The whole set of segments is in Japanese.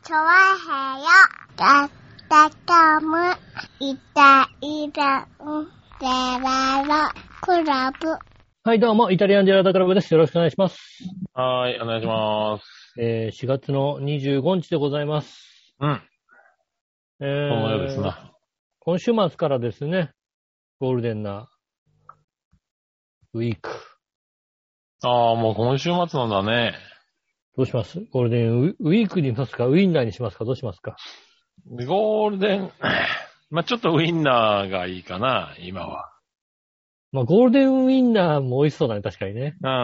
チョワヘヨだったかむいたいらんでららクラブ。 はい、どうも、イタリアンジェラートクラブです。よろしくお願いします。 はい、お願いします。 4月の25日でございます。 うん。そのようですな。 今週末からですね、ゴールデンなウィーク。 ああ、もう今週末なんだね。 どうします？ゴールデンウィークにしますか？ウィンナーにしますか？どうしますか？ ゴールデン、まあちょっとウインナーがいいかな、今は。 まあ、ゴールデンウィンナーも美味しそうだね、確かにね。 うん。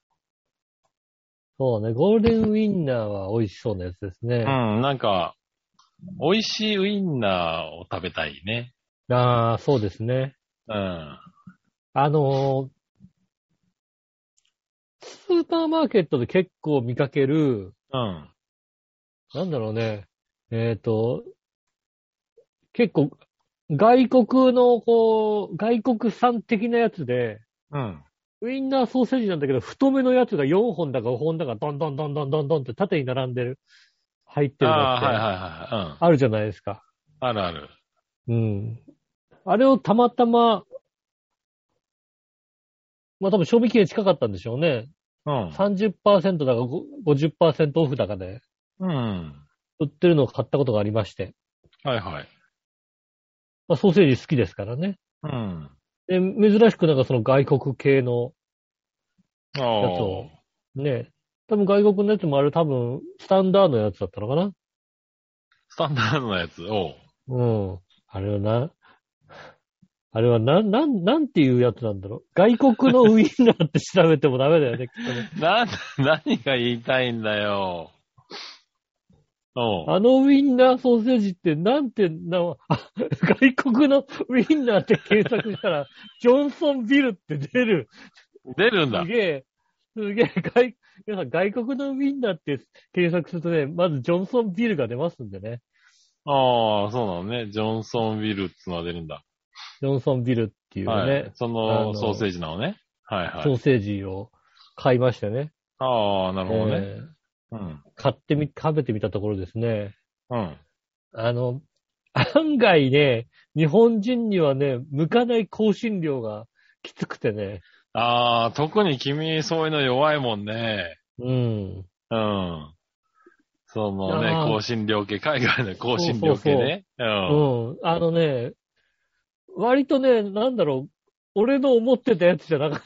そうね、ゴールデンウィンナーは美味しそうなやつですね。 うん、なんか、美味しいウインナーを食べたいね。 ああ、そうですね。 うん。 スーパーマーケットで結構見かける、 うん。 なんだろうね、結構、外国の、外国産的なやつで、 うん。 ウインナーソーセージなんだけど、太めのやつが4本だか5本だか、どんどんどんどんどんどんって縦に並んでる、入ってるのああ、はいって、 はいはい。うん。 あるじゃないですか。 あるある。 うん。あれをたまたま、まあ多分賞味期限近かったんでしょうね。 うん。 30% だか50% オフだかで、 うん。 売ってるのを買ったことがありまして。 はいはい。 まあソーセージ好きですからね。 うん。 で、珍しくなんかその外国系のあやつを、 あ。 ね、多分外国のやつもあれ多分、スタンダードのやつだったのかな。 スタンダードなやつを。 うん。なんていうやつなんだろう。外国のウインナーって調べてもダメだよね、きっとね。 何が言いたいんだよ。おう。 あのウインナーソーセージって外国のウインナーって検索したら、ジョンソンビルって出る。 出るんだ。 すげえ、皆さん外国のウィンナーって検索するとね、まずジョンソンビルが出ますんでね。 ああ、そうなのね。ジョンソンビルってのが出るんだ。 ジョンソンビルっていうはい。 ね、 そのソーセージなのね。はいはい。 ソーセージを買いましてね。 ああ、なるほどね。 えーうん。 食べてみたところですね。 うん。 あの、案外ね、日本人にはね、向かない香辛料がきつくてね。 ああ、特に君そういうの弱いもんね。 うん。 うん。そのね、 ああ、 香辛料系、海外の香そう辛そうそ料系ね。うん。 う。うん。割とね、なんだろう、俺の思ってたやつじゃなかった。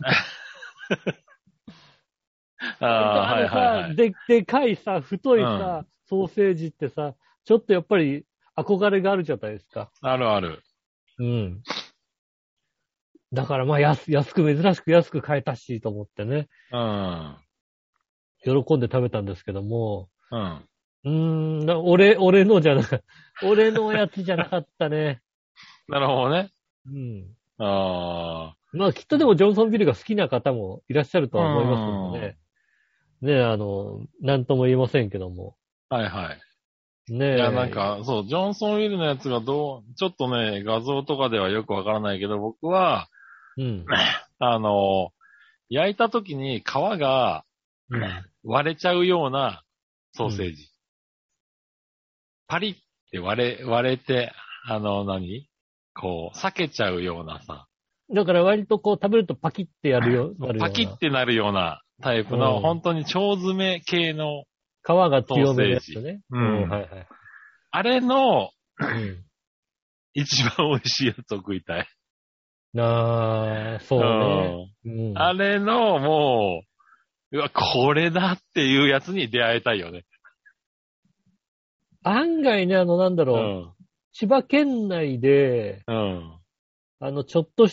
あ割とあ、はいはいはい。 でかいさ、太うん。 いさ、ソーセージってさ、ちょっとやっぱり憧れがあるじゃないですか。 あるある。 うん。だからまあ珍しく安く買えたしと思ってね、 うん。 喜んで食べたんですけども、 うん。 俺のじゃな、俺のやつじゃなかったね。 なるほどね。 うん。 あまあきっとでもジョンソンビルが好きな方もいらっしゃるとあ。うは思いますんでん。 ね。ね、なんとも言えませんけども。 はいはい。 ねいや、なんえ。 か、そう、ジョンソン・ウィルのやつがちょっとね、画像とかではよくわからないけど、僕は、 うん。 あの、焼いた時に皮がうん。 割れちゃうようなソうん。 ーセージ。パリって割れて、裂けちゃうようなさ、 だから割とこう食べるとパキってなるパキっような。 てなるようなタイうプの、 ん。 本当に腸詰め系の皮がソー強めのセージ。 やつね。うん、はうん。 いはい。 あれのうん。 一番美味しいやつを食いたい。うそうね。 ん。 うん。 あれのもうわ、これだっていうやつに出会いたいよね。 案外ね、 うん。 千葉県内で、 うん。 ちょっとした、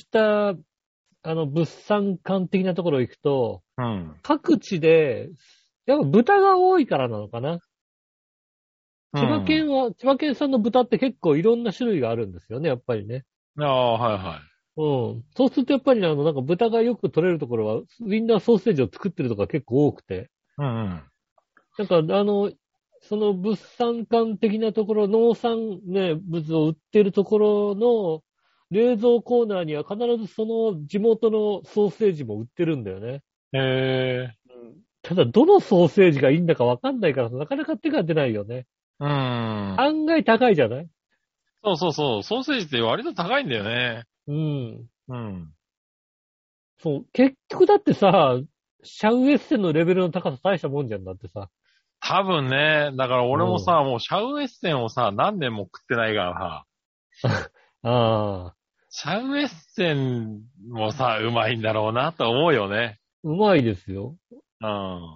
物産館的なところ行くと、 うん。 各地で、やっぱ豚が多いからなのかな。 うん。 千葉県産の豚って結構いろんな種類があるんですよね、やっぱりね。 ああ、はいはい。 うん。そうするとやっぱりなんか豚がよく取れるところは、ウィンナーソーセージを作ってるところが結構多くて。 うんうん。 なんかその物産館的なところ、農産ね、物を売ってるところの冷蔵コーナーには必ずその地元のソーセージも売ってるんだよね。 へえ。 ただ、どのソーセージがいいんだかわかんないから、なかなか手が出ないよね。案外高いじゃない？ そうそうそう。ソーセージって割と高いんだよね。 うん。 うん。 そう、結局だってさ、シャウエッセンのレベルの高さ大したもんじゃんだってさ。 多分ね、だから俺もさ、もうシャウエッセンをさ、何年も食ってないからさ、 ああ、 シャウエッセンもさ、うまいんだろうなと思うよね。 うまいですよ。 うん。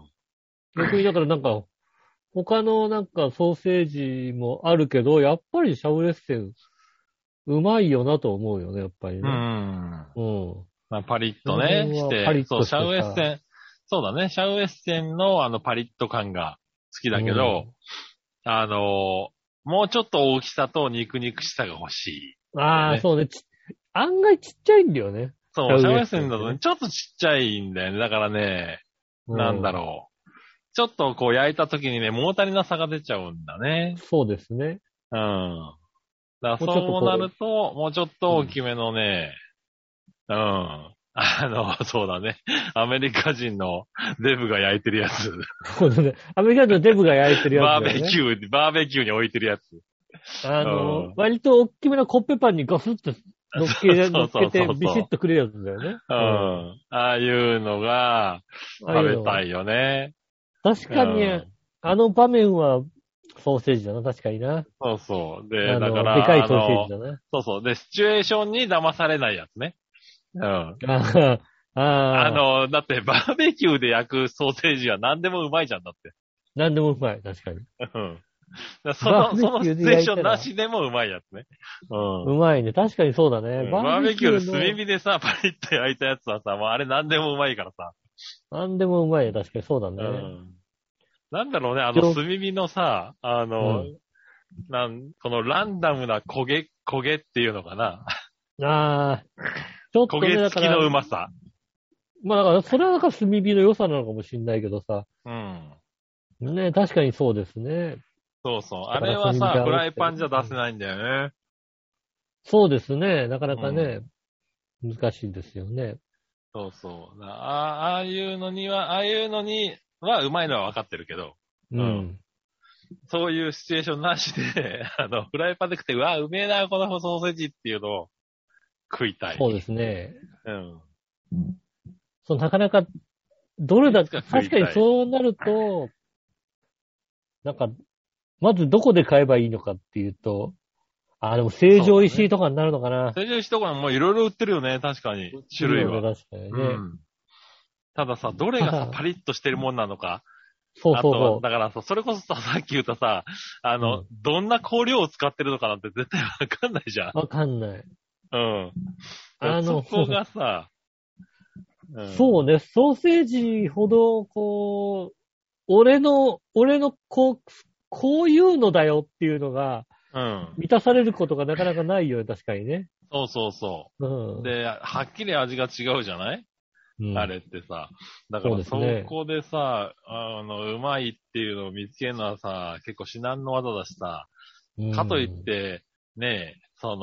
逆にだからなんか、他のなんかソーセージもあるけど、やっぱりシャウエッセン、うまいよなと思うよね、やっぱりうね。 ん。 うん。 まあ、パリッとね、して、 パリッそう、シャとしてさ。 ウエッセン、そうだね、シャウエッセンのパリッと感が好きだけど、もうちょっと大きさと肉々しさが欲しい、 ああ、そうね。案外ちっちゃいんだよね。 そう、シャウエッセンだってね。 とね、ちょっとちっちゃいんだよね。だからね、 うんなんだろう。ちょっとこう焼いた時にね、物足りなさが出ちゃうんだね。 そうですね。 うん。だからもうちょっとそうなると、もうちょっと大きめのね、うん。そうだね。アメリカ人のデブが焼いてるやつ。 そうですね。アメリカのデブが焼いてるやつバーだよね。 バーベキューに置いてるやつ。 割と大きめのコッペパンにガスッと乗っけてビシッとくれるやつだよね。 うん。ああいうのが食べたいよね。 確かに、あの場面はソーセージだな、確かにな。 そうそう。で、だから、 でかいソーセージだな。 そうそう。で、シチュエーションに騙されないやつね。うん。だってバーベキューで焼くソーセージは何でもうまいじゃんだって。 何でもうまい、確かに。 うん。そのシチュエーションなしでもうまいやつね。 うまいね。確かにそうだね。 バーベキューで炭火でさ、パリッと焼いたやつはさ、もうあれ何でもうまいからさ。 何でもうまいね。確かにそうだね。 なんだろうね、炭火のさ、このランダムな焦げっていうのかな。 ああ、ちょっとね、 焦げ付きのうまさ。 まあだから、それはなんか炭火の良さなのかもしれないけどさ。 うん。 ね、確かにそうですね。 そうそう。あれはさ、フライパンじゃ出せないんだよね。 そうですね。なかなかね、難しいですよね。 そうそう。ああいうのにはうまいのは分かってるけど。 うん。 そういうシチュエーションなしで、フライパンで食って、うわ、うめえな、このソーセージっていうのを食いたい。 そうですね。 うん。 なかなか、確かにそうなると、なんか、まずどこで買えばいいのかっていうと、でも成城石井とかになるのかな。 成城石井とかもいろいろ売ってるよね、確かに。種類は。 確かにね。 たださ、どれがさ、パリッとしてるもんなのか。 そう。 あとは、だからさ、それこそさっき言ったさ、どんな香料を使ってるのかなんて絶対わかんないじゃん。 わかんない。 うん。そこがさ、 そうね、ソーセージほど、俺の、こういうのだよっていうのが、満たされることがなかなかないよね、確かにね。 そう。で、はっきり味が違うじゃない？あれってさ。だからそこでさ、うまいっていうのを見つけるのはさ、結構至難の技だしさ、かといって、ね、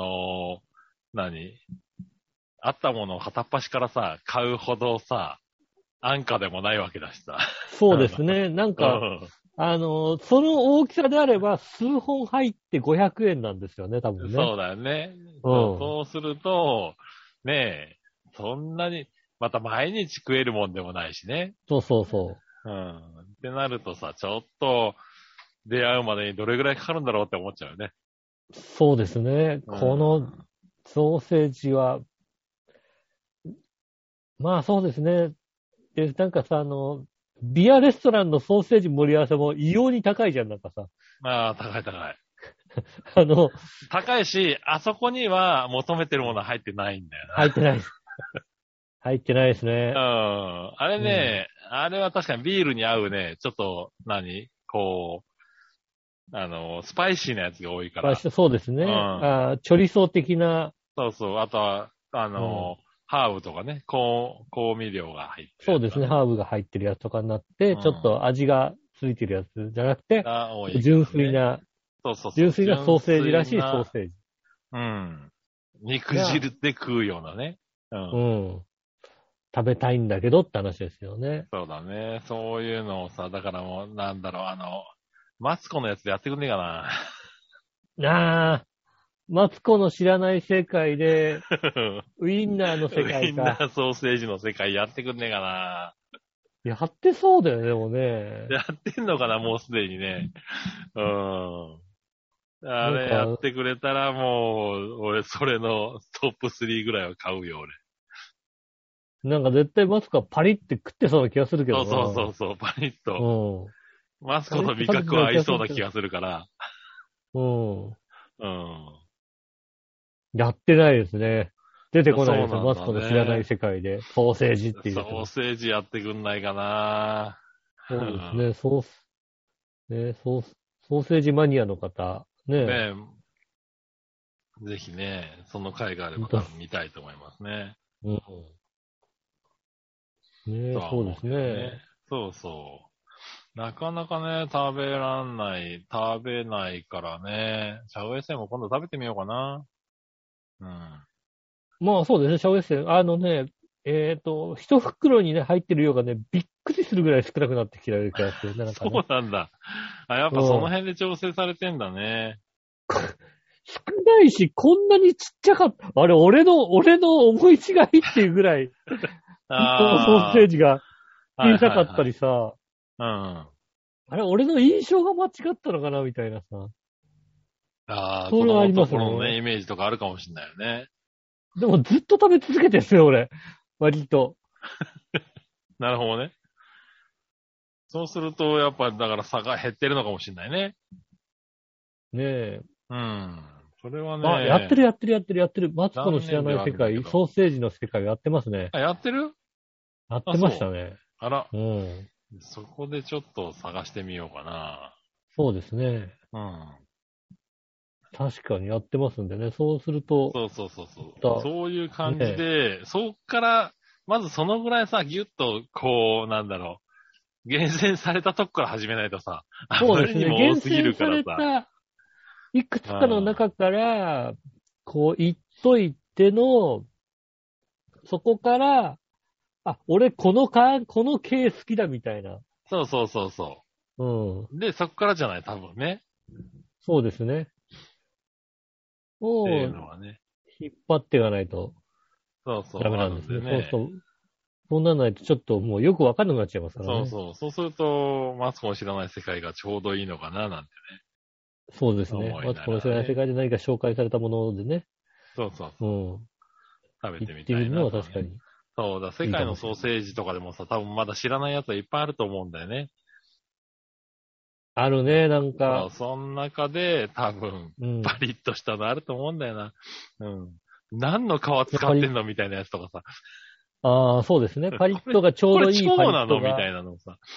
あったものを片っ端からさ、買うほどさ、安価でもないわけだしさ。 そうですね。なんか、その大きさであれば、数本入って500円なんですよね、多分ね。 そうだよね。そうすると、ねえ、そんなに、また毎日食えるもんでもないしね。 そう。 ってなるとさ、ちょっと出会うまでにどれぐらいかかるんだろうって思っちゃうよね。 そうですね。このソーセージは、まあそうですね。で、なんかさ、ビアレストランのソーセージ盛り合わせも異様に高いじゃん、なんかさ。 ああ、高い。高いし、あそこには求めてるものは入ってないんだよな。 入ってない。入ってないですね。 あれね、あれは確かにビールに合うね、ちょっと、スパイシーなやつが多いから。 そうですね。チョリソー的な。 そう。あとは、ハーブとかね、香味料が入ってる。 そうですね、ハーブが入ってるやつとかになって、ちょっと味がついてるやつじゃなくて、純粋な純粋なソーセージらしいソーセージ。 肉汁で食うようなね。 食べたいんだけどって話ですよね。 そうだね。そういうのをさ、だからもう、なんだろう、マツコのやつでやってくんねえかな。 ああ、マツコの知らない世界で、ウインナーの世界か。 ウインナーソーセージの世界やってくんねえかな。 やってそうだよね、でもね。 やってんのかな、もうすでにね。うん。あれやってくれたらもう、俺、それのトップ3ぐらいは買うよ、俺。 なんか絶対マツコはパリって食ってそうな気がするけどな。 そう、パリッと。マツコの味覚は合いそうな気がするから。 うん。 うん。 やってないですね。出てこないですよ、マツコの知らない世界で。ソーセージっていう。ソーセージやってくんないかな。 そうですね、ソーセージマニアの方。ねえ。ぜひね、その回があれば見たいと思いますね。 うん。ねえ、そうですね。 そうそう。なかなかね、食べないからね。シャウエッセンも今度食べてみようかな。うん。 まあそうですね、シャウエッセン。一袋にね、入ってる量がね、びっくりするぐらい少なくなってきてる気がするね。 そうなんだ。やっぱその辺で調整されてんだね。 少ないし、こんなにちっちゃかった。あれ、俺の思い違いっていうぐらい、ソーセージが小さかったりさ、あれ、俺の印象が間違ったのかなみたいなさ。 それはありますね。子供のね、イメージとかあるかもしれないよね。 でもずっと食べ続けてるんですよ、俺。割と。 なるほどね。そうすると、やっぱ、だから差が減ってるのかもしれないね。 ねえ。 うん。それはね。 やってる。マツコの知らない世界、ソーセージの世界やってますね。 やってる？ やってましたね。 あら。 うん。 そこでちょっと探してみようかな。 そうですね。 うん。 確かにやってますんでね。そうすると。 そう。そういう感じで、そっから、まずそのぐらいさ、ギュッと、こう、なんだろう。厳選されたとこから始めないとさ、 そうですね。 あまりにも多すぎるからさ。 厳選された、いくつかの中から、こう言っといての、そこから、俺この系好きだみたいな。 そう。うん。で、そこからじゃない、多分ね。 そうですね。 っていうのはね。 引っ張っていかないと。 そう。 ダメなんですね。そうならないとちょっともうよくわかんなくなっちゃいますからね。 そうすると、マツコの知らない世界がちょうどいいのかな、なんてね。 そうですね。マツコの知らない世界で何か紹介されたものでね。 そう。 うん。 食べてみたいな。 行ってみるのは確かに。 そうだ、世界のソーセージとかでもさ、多分まだ知らないやつはいっぱいあると思うんだよね。 あるね、なんか。 その中で多分、パリッとしたのあると思うんだよな。うん。何の皮使ってんのみたいなやつとかさ。 ああ、そうですね。パリッとがちょうどいいパリッとが。 これ超なのみたいなのさ。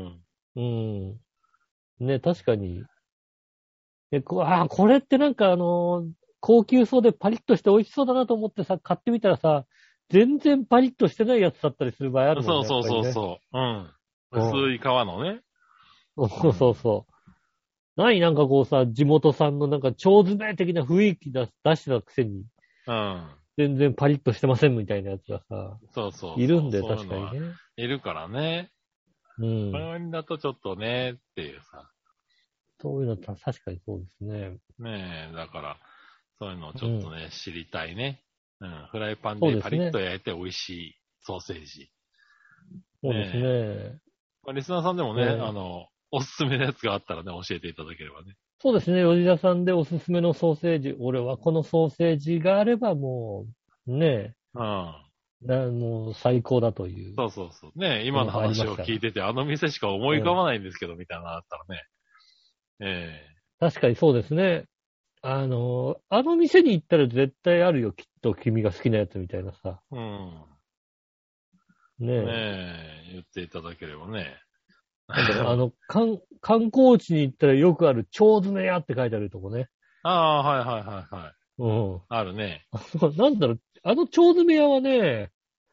ね、確かに。これってなんか高級そうでパリッとして美味しそうだなと思ってさ、買ってみたらさ、全然パリッとしてないやつだったりする場合あるもんね。 そう。うん。薄い皮のね。 そう。なんかこうさ、地元産のなんか腸詰め的な雰囲気出してたくせに。 うん。 全然パリッとしてませんみたいなやつがさ。 そう。 いるんで、確かにね。 いるからね。うん。それだとちょっとね、っていうさ。 そういうの確かにそうですね。 ねえ、だから、そういうのをちょっとね、知りたいね。うん。フライパンでパリッと焼いて美味しいソーセージ。 そうですね。 リスナーさんでもね、おすすめのやつがあったらね、教えていただければね。 そうですね。吉田さんでおすすめのソーセージ。俺はこのソーセージがあればもう、ねえ。もう最高だという。 そう。ねえ、今の話を聞いてて、あの店しか思い浮かばないんですけど、みたいなのあったらね。 確かにそうですね。あの店に行ったら絶対あるよ、きっと君が好きなやつみたいなさ。 うん。 ねえ、言っていただければね。 観光地に行ったらよくある腸詰め屋って書いてあるとこね。 はい。 うん。 あるね。 なんだろう、腸詰め屋はね、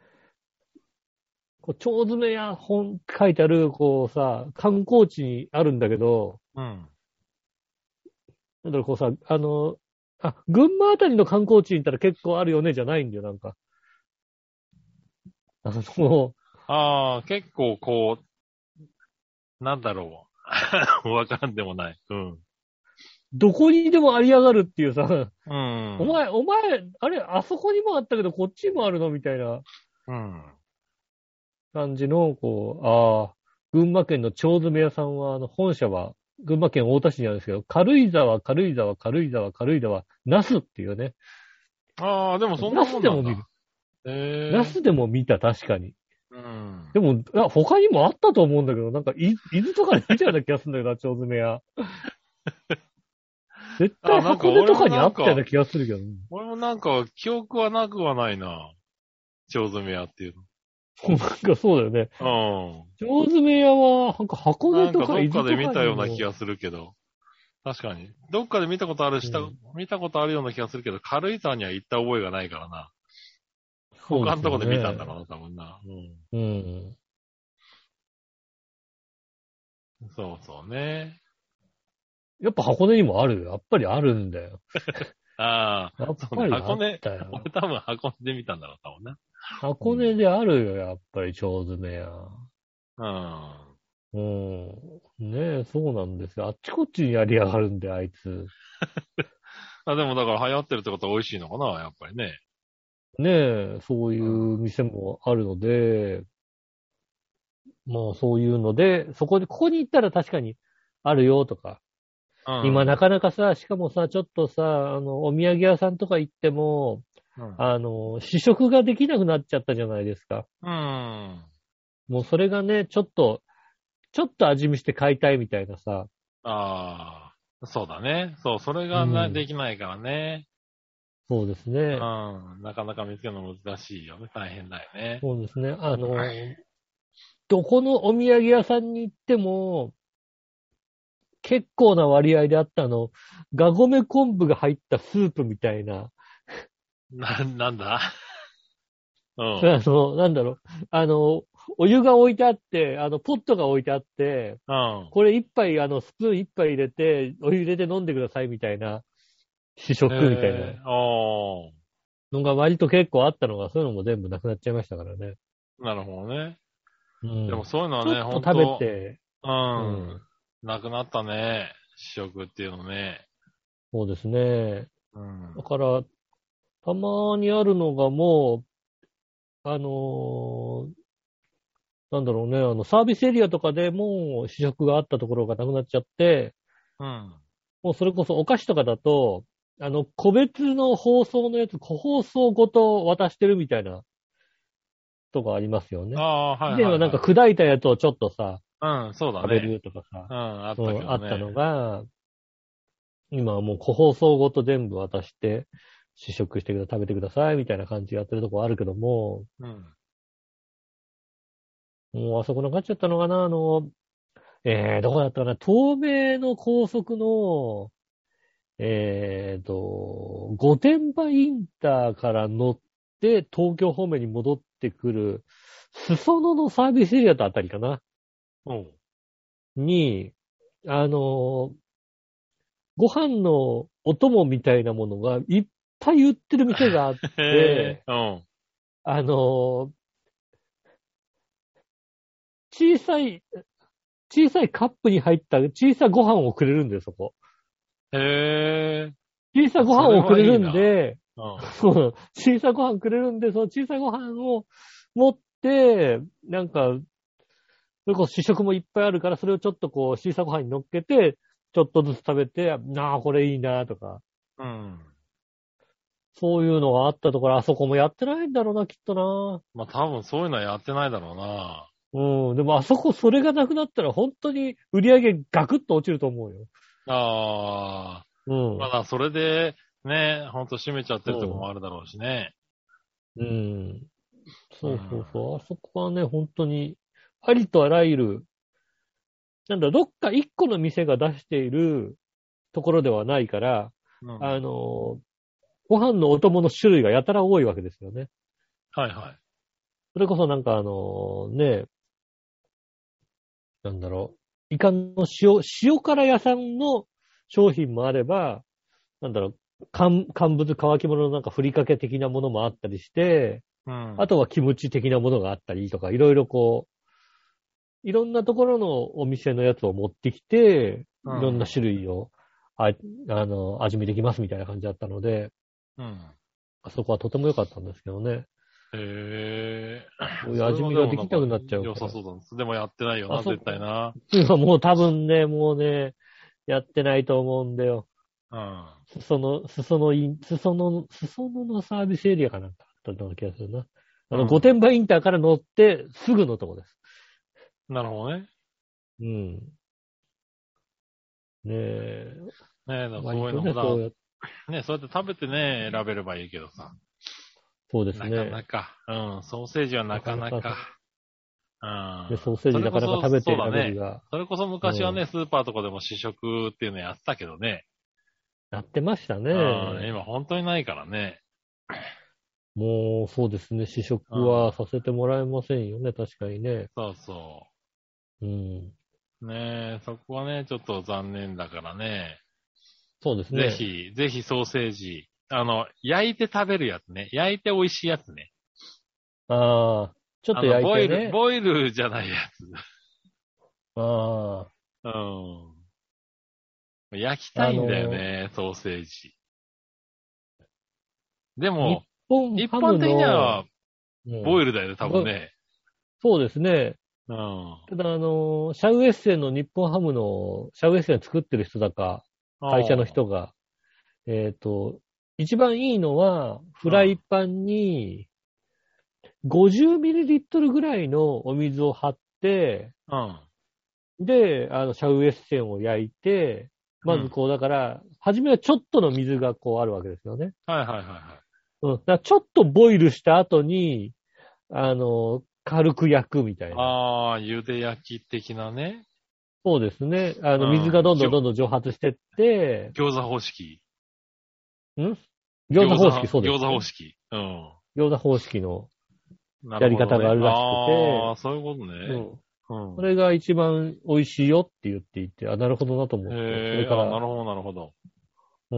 腸詰め屋書いてある、こうさ、観光地にあるんだけど、 うん。 なんだろう、こうさ、群馬あたりの観光地に行ったら結構あるよね、じゃないんだよ、なんか。 結構こう、なんだろう。わからんでもない。うん。 どこにでもありやがるっていうさ、 うん。 お前、あれ、あそこにもあったけど、こっちにもあるのみたいなうん。 感じの、こう、群馬県の腸詰め屋さんは、本社は、群馬県太田市にあるんですけど、軽井沢、那須っていうね。 ああ、でもそん那なもんなんだ。 須でも見る。那須でも見た、確かに。 うん。 でも、他にもあったと思うんだけど、なんか、伊豆とかで見たような気がするんだけどな、腸詰め屋。絶対箱根とかにあったような気がするけど、ね。 俺もなんか、記憶はなくはないな。腸詰め屋っていうの。 なんかそうだよね。 うん。 腸詰め屋は、なんか箱根とかなんかどっかで見たような気がするけど。確かに。どっかで見たことある見たことあるような気がするけど、軽井沢には行った覚えがないからな。他のとこで見たんだろうな、多分な。 うん。 そうそうね。 やっぱ箱根にもあるよ。やっぱりあるんだよ。 ああ。 やっぱりあったよ。 俺多分箱根で見たんだろう、多分な。 箱根であるよ、やっぱり腸詰め屋。 うん。 ねえ、そうなんですよ。あっちこっちにやりやがるんで、あいつ。 でもだから流行ってるってことは美味しいのかな、やっぱりね。 ねえ、そういう店もあるので、まあそういうので、ここに行ったら確かにあるよとか。今なかなかさ、しかもさ、ちょっとさ、お土産屋さんとか行っても、試食ができなくなっちゃったじゃないですか。もうそれがね、ちょっと味見して買いたいみたいなさ。 ああ、そうだね。そう、それができないからね。 そうですね。 なかなか見つけるの難しいよね。大変だよね。 そうですね。どこのお土産屋さんに行っても、結構な割合であったガゴメ昆布が入ったスープみたいな。 なんだうん。なんだろう。お湯が置いてあって、ポットが置いてあって、これ一杯、スプーン一杯入れて、お湯入れて飲んでくださいみたいな、試食みたいなのが割と結構あったのが、そういうのも全部なくなっちゃいましたからね。 なるほどね。 うん。 でもそういうのはね、 ほんと食べて、 なくなったね。試食っていうのね。 そうですね。だから、たまにあるのがもう、なんだろうね、サービスエリアとかでもう試食があったところがなくなっちゃって、もうそれこそお菓子とかだと、個別の包装のやつ、個包装ごと渡してるみたいなとかありますよね。以前はなんか砕いたやつをちょっとさ、 そうだね。 食べるとかさ、 あったけどね。 あったのが、今はもう個包装ごと全部渡して、試食して食べてくださいみたいな感じでやってるとこあるけども、もうあそこなくなっちゃったのかな、どこだったかな、東名の高速の、御殿場インターから乗って東京方面に戻ってくる、裾野のサービスエリアとあたりかな。に、ご飯のお供みたいなものがいっぱい売ってる店があって、小さいカップに入った小さいご飯をくれるんだよ、そこ。小さいご飯をくれるんで、小さいご飯くれるんで、その小さいご飯を持って、なんか、それこそ試食もいっぱいあるから、それをちょっとこう、小さいご飯に乗っけて、ちょっとずつ食べて、これいいなとか。そういうのがあったところ、あそこもやってないんだろうな、きっとな。 まあ多分そういうのはやってないだろうな。 でもあそこそれがなくなったら本当に売り上げガクッと落ちると思うよ。 まだそれで、ね、ほんと閉めちゃってるとこもあるだろうしね。 そう。あそこはね、本当に、ありとあらゆる、どっか一個の店が出しているところではないから、ご飯のお供の種類がやたら多いわけですよね。それこそイカの塩辛屋さんの商品もあれば、乾物、乾き物のふりかけ的なものもあったりして、 うん。 あとはキムチ的なものがあったりとか、いろいろこう、いろんなところのお店のやつを持ってきて、いろんな種類を、味見できますみたいな感じだったので、 うん。 あそこはとても良かったんですけどね。 へぇー。 こういう味見ができなくなっちゃうから。 良さそうだね。でもやってないよな、絶対な。 今もう多分ね、もうね、やってないと思うんだよ。 うん。 裾野のサービスエリアかなんかだったような気がするな。御殿場インターから乗ってすぐのとこです。 なるほどね。 うん。ねえ。 ねえ、だからそういうのもだ、ね、そうやって食べてね、選べればいいけどさ。 そうですね。 なかなか。うん、ソーセージはなかなか。 でソーセージなかなか食べて選べるが。 それこそ昔はね、スーパーとかでも試食っていうのやってたけどね。 やってましたね。 今本当にないからね。 もう、そうですね。試食はさせてもらえませんよね。確かにね。 そうそう。うん。 ねえ、そこはね、ちょっと残念だからね。 そうですね。 ぜひソーセージ。焼いて食べるやつね。焼いて美味しいやつね。 ああ、ちょっと焼いてね。 ボイルじゃないやつ。 ああ。うん。焼きたいんだよね、ソーセージ。でも、一般的には、ボイルだよね、多分ね。 そうですね。 うん。 ただ、シャウエッセンの日本ハムの、シャウエッセン作ってる人だか、会社の人が、一番いいのは、フライパンに、50ml ぐらいのお水を張って、 うん。 で、シャウエッセンを焼いて、まずこう、だから、初めはちょっとの水がこうあるわけですよね。 はいはいはいはい。 うん。だからちょっとボイルした後に、軽く焼くみたいな。 ああ、茹で焼き的なね。 そうですね。水がどんどん蒸発してって、 餃子方式。 餃子方式、そうです、 ね。餃子方式。うん。 餃子方式のやり方があるらしくて。 ああ、そういうことね。 うん。それが一番美味しいよって言っていて、なるほどなと思って。それからなるほど、なるほど。 うん。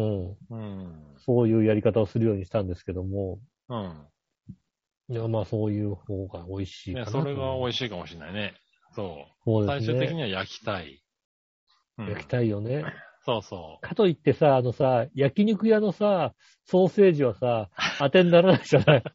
そういうやり方をするようにしたんですけども。 うん。 いや、まあそういう方が美味しいかな。 それが美味しいかもしれないね。そう。 そうですね。 最終的には焼きたい。 焼きたいよね。 そうそう。 かといってさ、焼肉屋のさ、ソーセージはさ、当てにならないじゃない。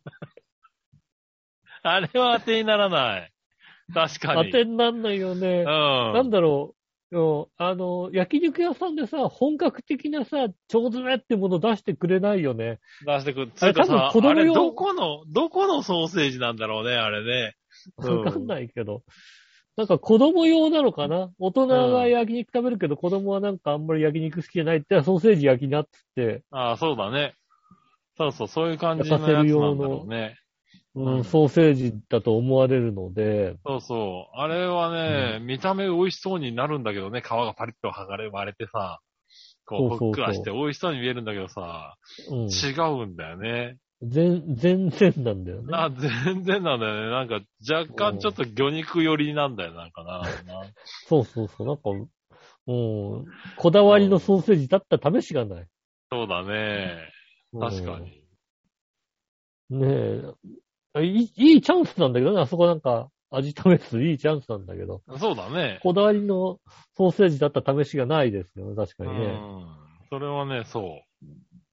あれは当てにならない。確かに。 当てにならないよね。なんだろう。焼肉屋さんでさ、本格的なさ、腸詰めってもの出してくれないよね。 出してくる。 あれ多分子供用。 どこのソーセージなんだろうね、あれね。 わかんないけど。なんか子供用なのかな、大人は焼肉食べるけど、子供はなんかあんまり焼肉好きじゃないって、ソーセージ焼きなっつって。 ああ、そうだね。そういう感じのやつなんだろうね。 ソーセージだと思われるので。 そうそう。あれはね、見た目美味しそうになるんだけどね、皮がパリッと割れてさ、こう、ふっくらして美味しそうに見えるんだけどさ、違うんだよね。 全然なんだよね。 全然なんだよね。なんか、若干ちょっと魚肉寄りなんだよ、なんかな。 そう。なんか、こだわりのソーセージだった試しがない。 そうだね。確かに。 ねえ。いいチャンスなんだけどね、あそこなんか、味試すいいチャンスなんだけど。 そうだね。 こだわりのソーセージだった試しがないですよね、確かにね。 それはね、そう。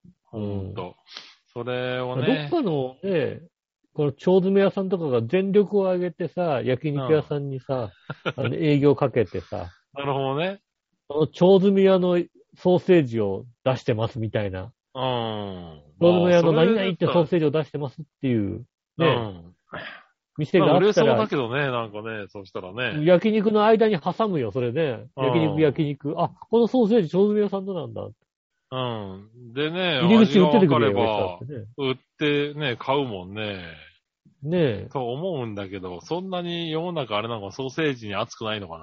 ほんと。それをね。 どっかのね、この腸詰め屋さんとかが全力を挙げてさ、焼肉屋さんにさ、営業かけてさ。 なるほどね。 その腸詰め屋のソーセージを出してますみたいな。腸詰め屋の何々ってソーセージを出してますっていう、ね。店があったら。 売れそうだけどね、なんかね、そうしたらね。 焼肉の間に挟むよ、それね。焼肉。あ、このソーセージ腸詰め屋さんのなんだ。 でね、 入り口売っててくれば、売ってね、買うもんね。 ねえ。 と思うんだけど、そんなに世の中あれなんかソーセージに熱くないのか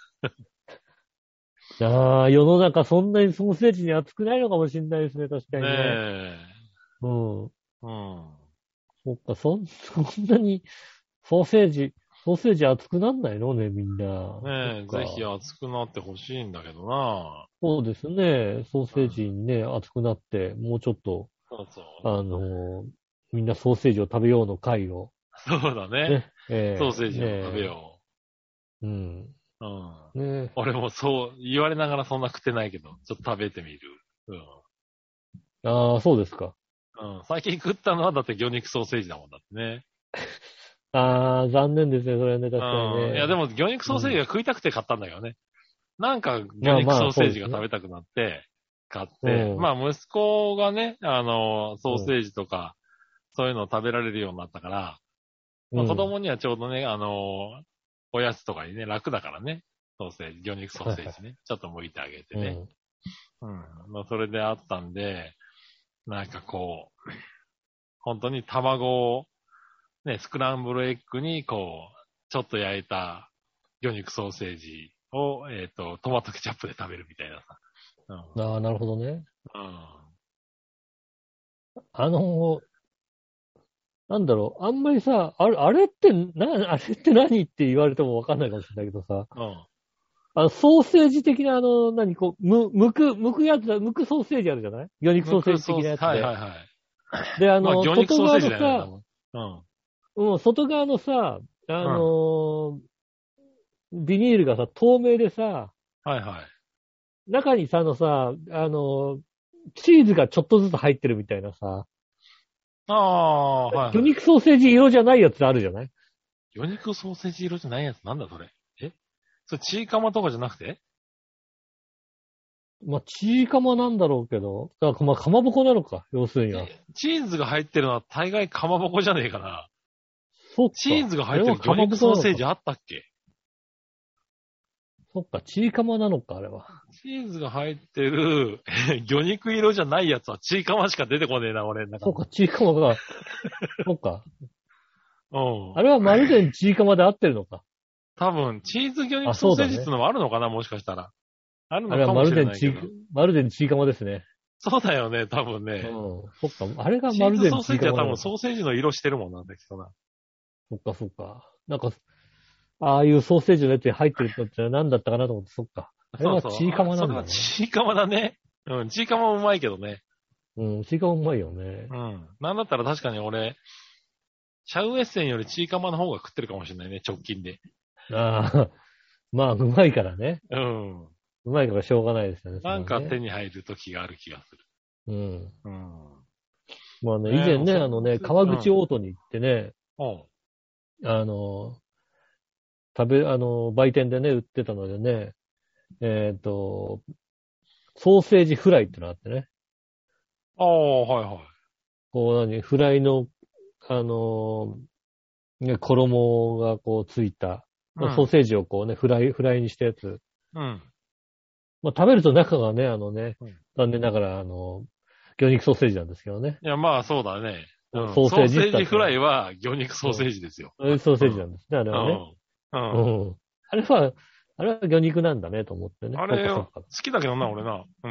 な。世の中そんなにソーセージに熱くないのかもしれないですね、確かにね。 ねえ。そっか、そんなにソーセージ熱くなんないのね、みんな。 ねえ、ぜひ熱くなってほしいんだけどな。 そうですね。ソーセージにね、熱くなって、もうちょっと、 みんなソーセージを食べようの会を。 そうだね。ソーセージを食べよう。うん。 うん。ね、俺もそう言われながらそんな食ってないけど、ちょっと食べてみる。うん。 ああ、そうですか。 うん。最近食ったのはだって魚肉ソーセージだもんだってね。 ああ、残念ですね、それはね、確かにね。 いや、でも魚肉ソーセージが食いたくて買ったんだけどね。なんか魚肉ソーセージが食べたくなって、買って、まあ息子がね、ソーセージとか、そういうのを食べられるようになったから、まあ、子供にはちょうどね、おやつとかにね、楽だからね。ソーセージ、魚肉ソーセージね。ちょっと剥いてあげてね。うん。まあ、それであったんで、なんかこう、本当に卵を、ね、スクランブルエッグにこう、ちょっと焼いた魚肉ソーセージを、トマトケチャップで食べるみたいなさ。 うん、ああ、なるほどね。 うん。 なんだろう、あんまりさ、あれって何って言われてもわかんないかもしれないけどさ、うん。ソーセージ的なこう、剥くソーセージあるじゃない？魚肉ソーセージ的なやつで。 はいはいはい。 で、 まあ、魚肉ソーセージだよね。 外側のさ、ビニールがさ、透明でさ、 はいはい。 中にさ、チーズがちょっとずつ入ってるみたいなさ、 はい、はい。 魚肉ソーセージ色じゃないやつあるじゃない？ 魚肉ソーセージ色じゃないやつなんだそれ。それチーカマとかじゃなくて？ まあ、チーカマなんだろうけど、だからまあ、かまぼこなのか、要するには。 チーズが入ってるのは大概かまぼこじゃねえかな。 そっか。 チーズが入ってる魚肉ソーセージあったっけ？ そっか、チーカマなのか、あれは。 チーズが入ってる魚肉色じゃないやつはチーカマしか出てこねえな、俺の中で。 そっか、チーカマが、そっか。 うん。 あれはまるでチーカマで合ってるのか。 多分、チーズ魚肉ソーセージってのもあるのかな、もしかしたら。あるのかもしれないけど。 まるでチーカマですね。 そうだよね、多分ね。 うん。そっか、あれがまるでチーカマ。 ソーセージは多分ソーセージの色してるもんなんだけどな。 そっか、そっか。なんか、ああいうソーセージのやつに入ってるのって何だったかなと思って、そっか。あれはチーカマなんだね。 チーカマだね。うん、チーカマもうまいけどね。 うん、チーカマうまいよね。 うん。なんだったら確かに俺、シャウエッセンよりチーカマの方が食ってるかもしれないね、直近で。 ああ、まあ、うまいからね。 うん。 うまいからしょうがないですよね。 なんか手に入る時がある気がする。 うん。 うん。 まあね、以前ね、川口オートに行ってね、売店でね、売ってたのでね、ソーセージフライってのがあってね。 ああ、はいはい。 こうフライの、ね、衣がこうついた、ソーセージをこうね、フライにしたやつ。 うん。 まあ食べると中がね、残念ながら、魚肉ソーセージなんですけどね。 いや、まあそうだね。 ソーセージフライは魚肉ソーセージですよ。 ソーセージなんですね、あれはね。あれは魚肉なんだね、と思ってね。 あれ好きだけどな、俺な。うん。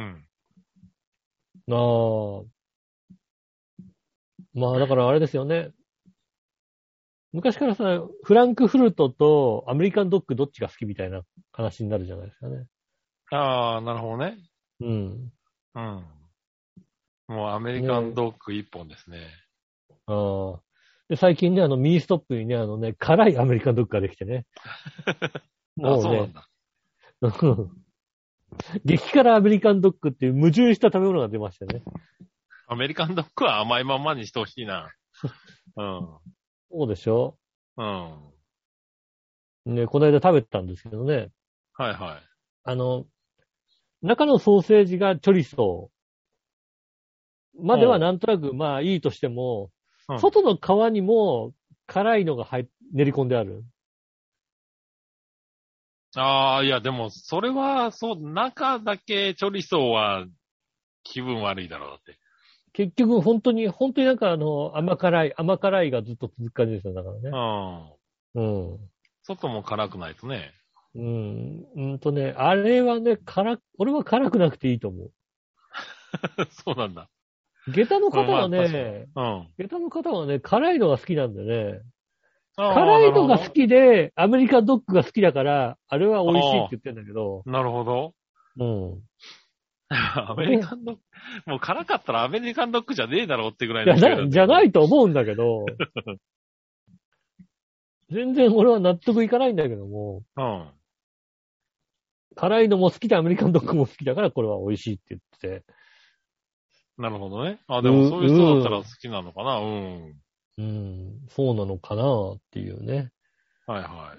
まあだからあれですよね。昔からさ、フランクフルトとアメリカンドッグどっちが好きみたいな話になるじゃないですかね。 ああ、なるほどね。 うん。 うん。もうアメリカンドッグ一本ですね。 ああ。で、最近ね、ミニストップにね、辛いアメリカンドッグができてね。 もうね。そうなんだ。 激辛アメリカンドッグっていう矛盾した食べ物が出ましたね。 アメリカンドッグは甘いまんまにしてほしいな。うん。 そうでしょ？ うん。 ね、この間食べたんですけどね。 はいはい。 中のソーセージがチョリソーまではなんとなくまあいいとしても、外の皮にも辛いのが練り込んである。 ああ、いやでも、それは、中だけチョリソーは気分悪いだろうだって。 結局、本当になんか甘辛いがずっと続く感じですよ、だからね。うん。 外も辛くないとね。 あれはね、俺は辛くなくていいと思う。 そうなんだ。 下駄の方はね、下駄の方はね、辛いのが好きなんでね。 辛いのが好きで、アメリカンドッグが好きだから、あれは美味しいって言ってんだけど。 なるほど。 うん。 アメリカンドッグ、もう辛かったらアメリカンドッグじゃねえだろうってぐらいの。 じゃないと思うんだけど、全然俺は納得いかないんだけども、 うん。 辛いのも好きでアメリカンドッグも好きだからこれは美味しいって言ってて。 なるほどね。あ、でもそういう人だったら好きなのかな。 そうなのかなっていうね。 はいはい。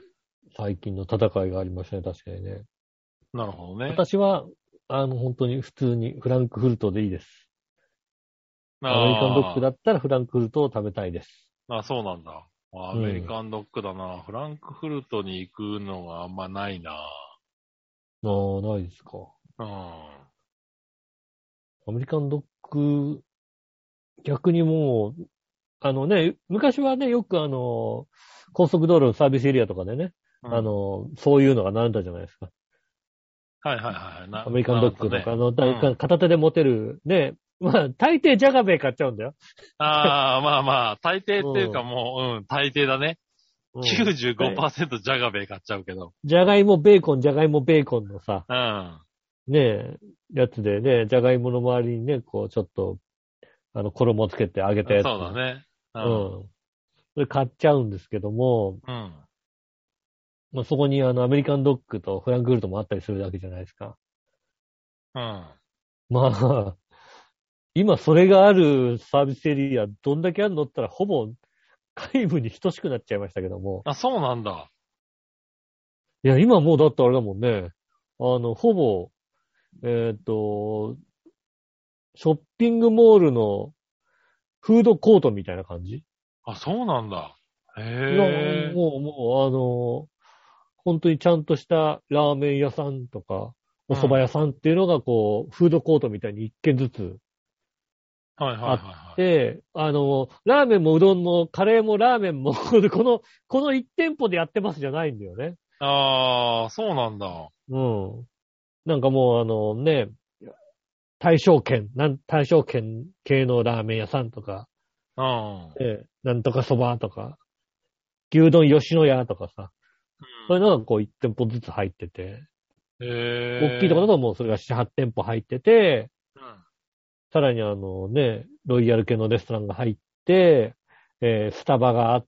最近の戦いがありましたね、確かにね。 なるほどね。 私は、本当に普通にフランクフルトでいいです。アメリカンドッグだったらフランクフルトを食べたいです。 あ、そうなんだ。アメリカンドッグだな。フランクフルトに行くのがあんまないな。 ないですか。アメリカンドッグ、逆にもう、昔はね、よく高速道路サービスエリアとかでね、そういうのが並んだじゃないですか。 はいはいはい。 アメリカンドッグとか、片手で持てる、ね、まあ、大抵ジャガベー買っちゃうんだよ。 まあまあ、大抵っていうかもう、大抵だね。95% ジャガベー買っちゃうけど。 じゃがいもベーコンのさ、ねえ、やつでね、じゃがいもの周りにね、こう、ちょっと、衣つけて揚げたやつ。 そうだね。 それ買っちゃうんですけども、まあ、そこにアメリカンドッグとフランクフルトもあったりするわけじゃないですか。まあ、今それがあるサービスエリア、どんだけあるのって言ったら、ほぼ、皆無に等しくなっちゃいましたけども。 あ、そうなんだ。 いや、今もうだってあれだもんね。ほぼ、ショッピングモールのフードコートみたいな感じ。 あ、そうなんだ。へえ。もう、本当にちゃんとしたラーメン屋さんとか、お蕎麦屋さんっていうのがこう、フードコートみたいに一軒ずつあって、ラーメンもうどんもカレーもラーメンもこの一店舗でやってますじゃないんだよね。 ああ、そうなんだ。 なんかもう大正圏系のラーメン屋さんとか、なんとかそばとか、牛丼吉野家とかさ、そういうのがこう一店舗ずつ入ってて、大きいところだともうそれが7、8店舗入ってて、さらにロイヤル系のレストランが入って、スタバがあって、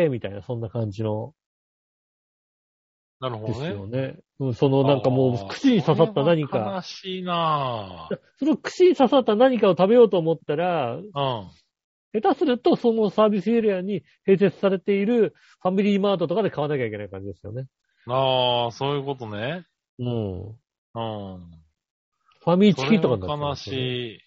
みたいな、そんな感じの。 なるほどね。 ですよね。なんかもう、串に刺さった何か。 悲しいなぁ。 その串に刺さった何かを食べようと思ったら、下手するとそのサービスエリアに併設されているファミリーマートとかで買わなきゃいけない感じですよね。 ああ、そういうことね。 ファミチキとかになっちゃう、 悲しい。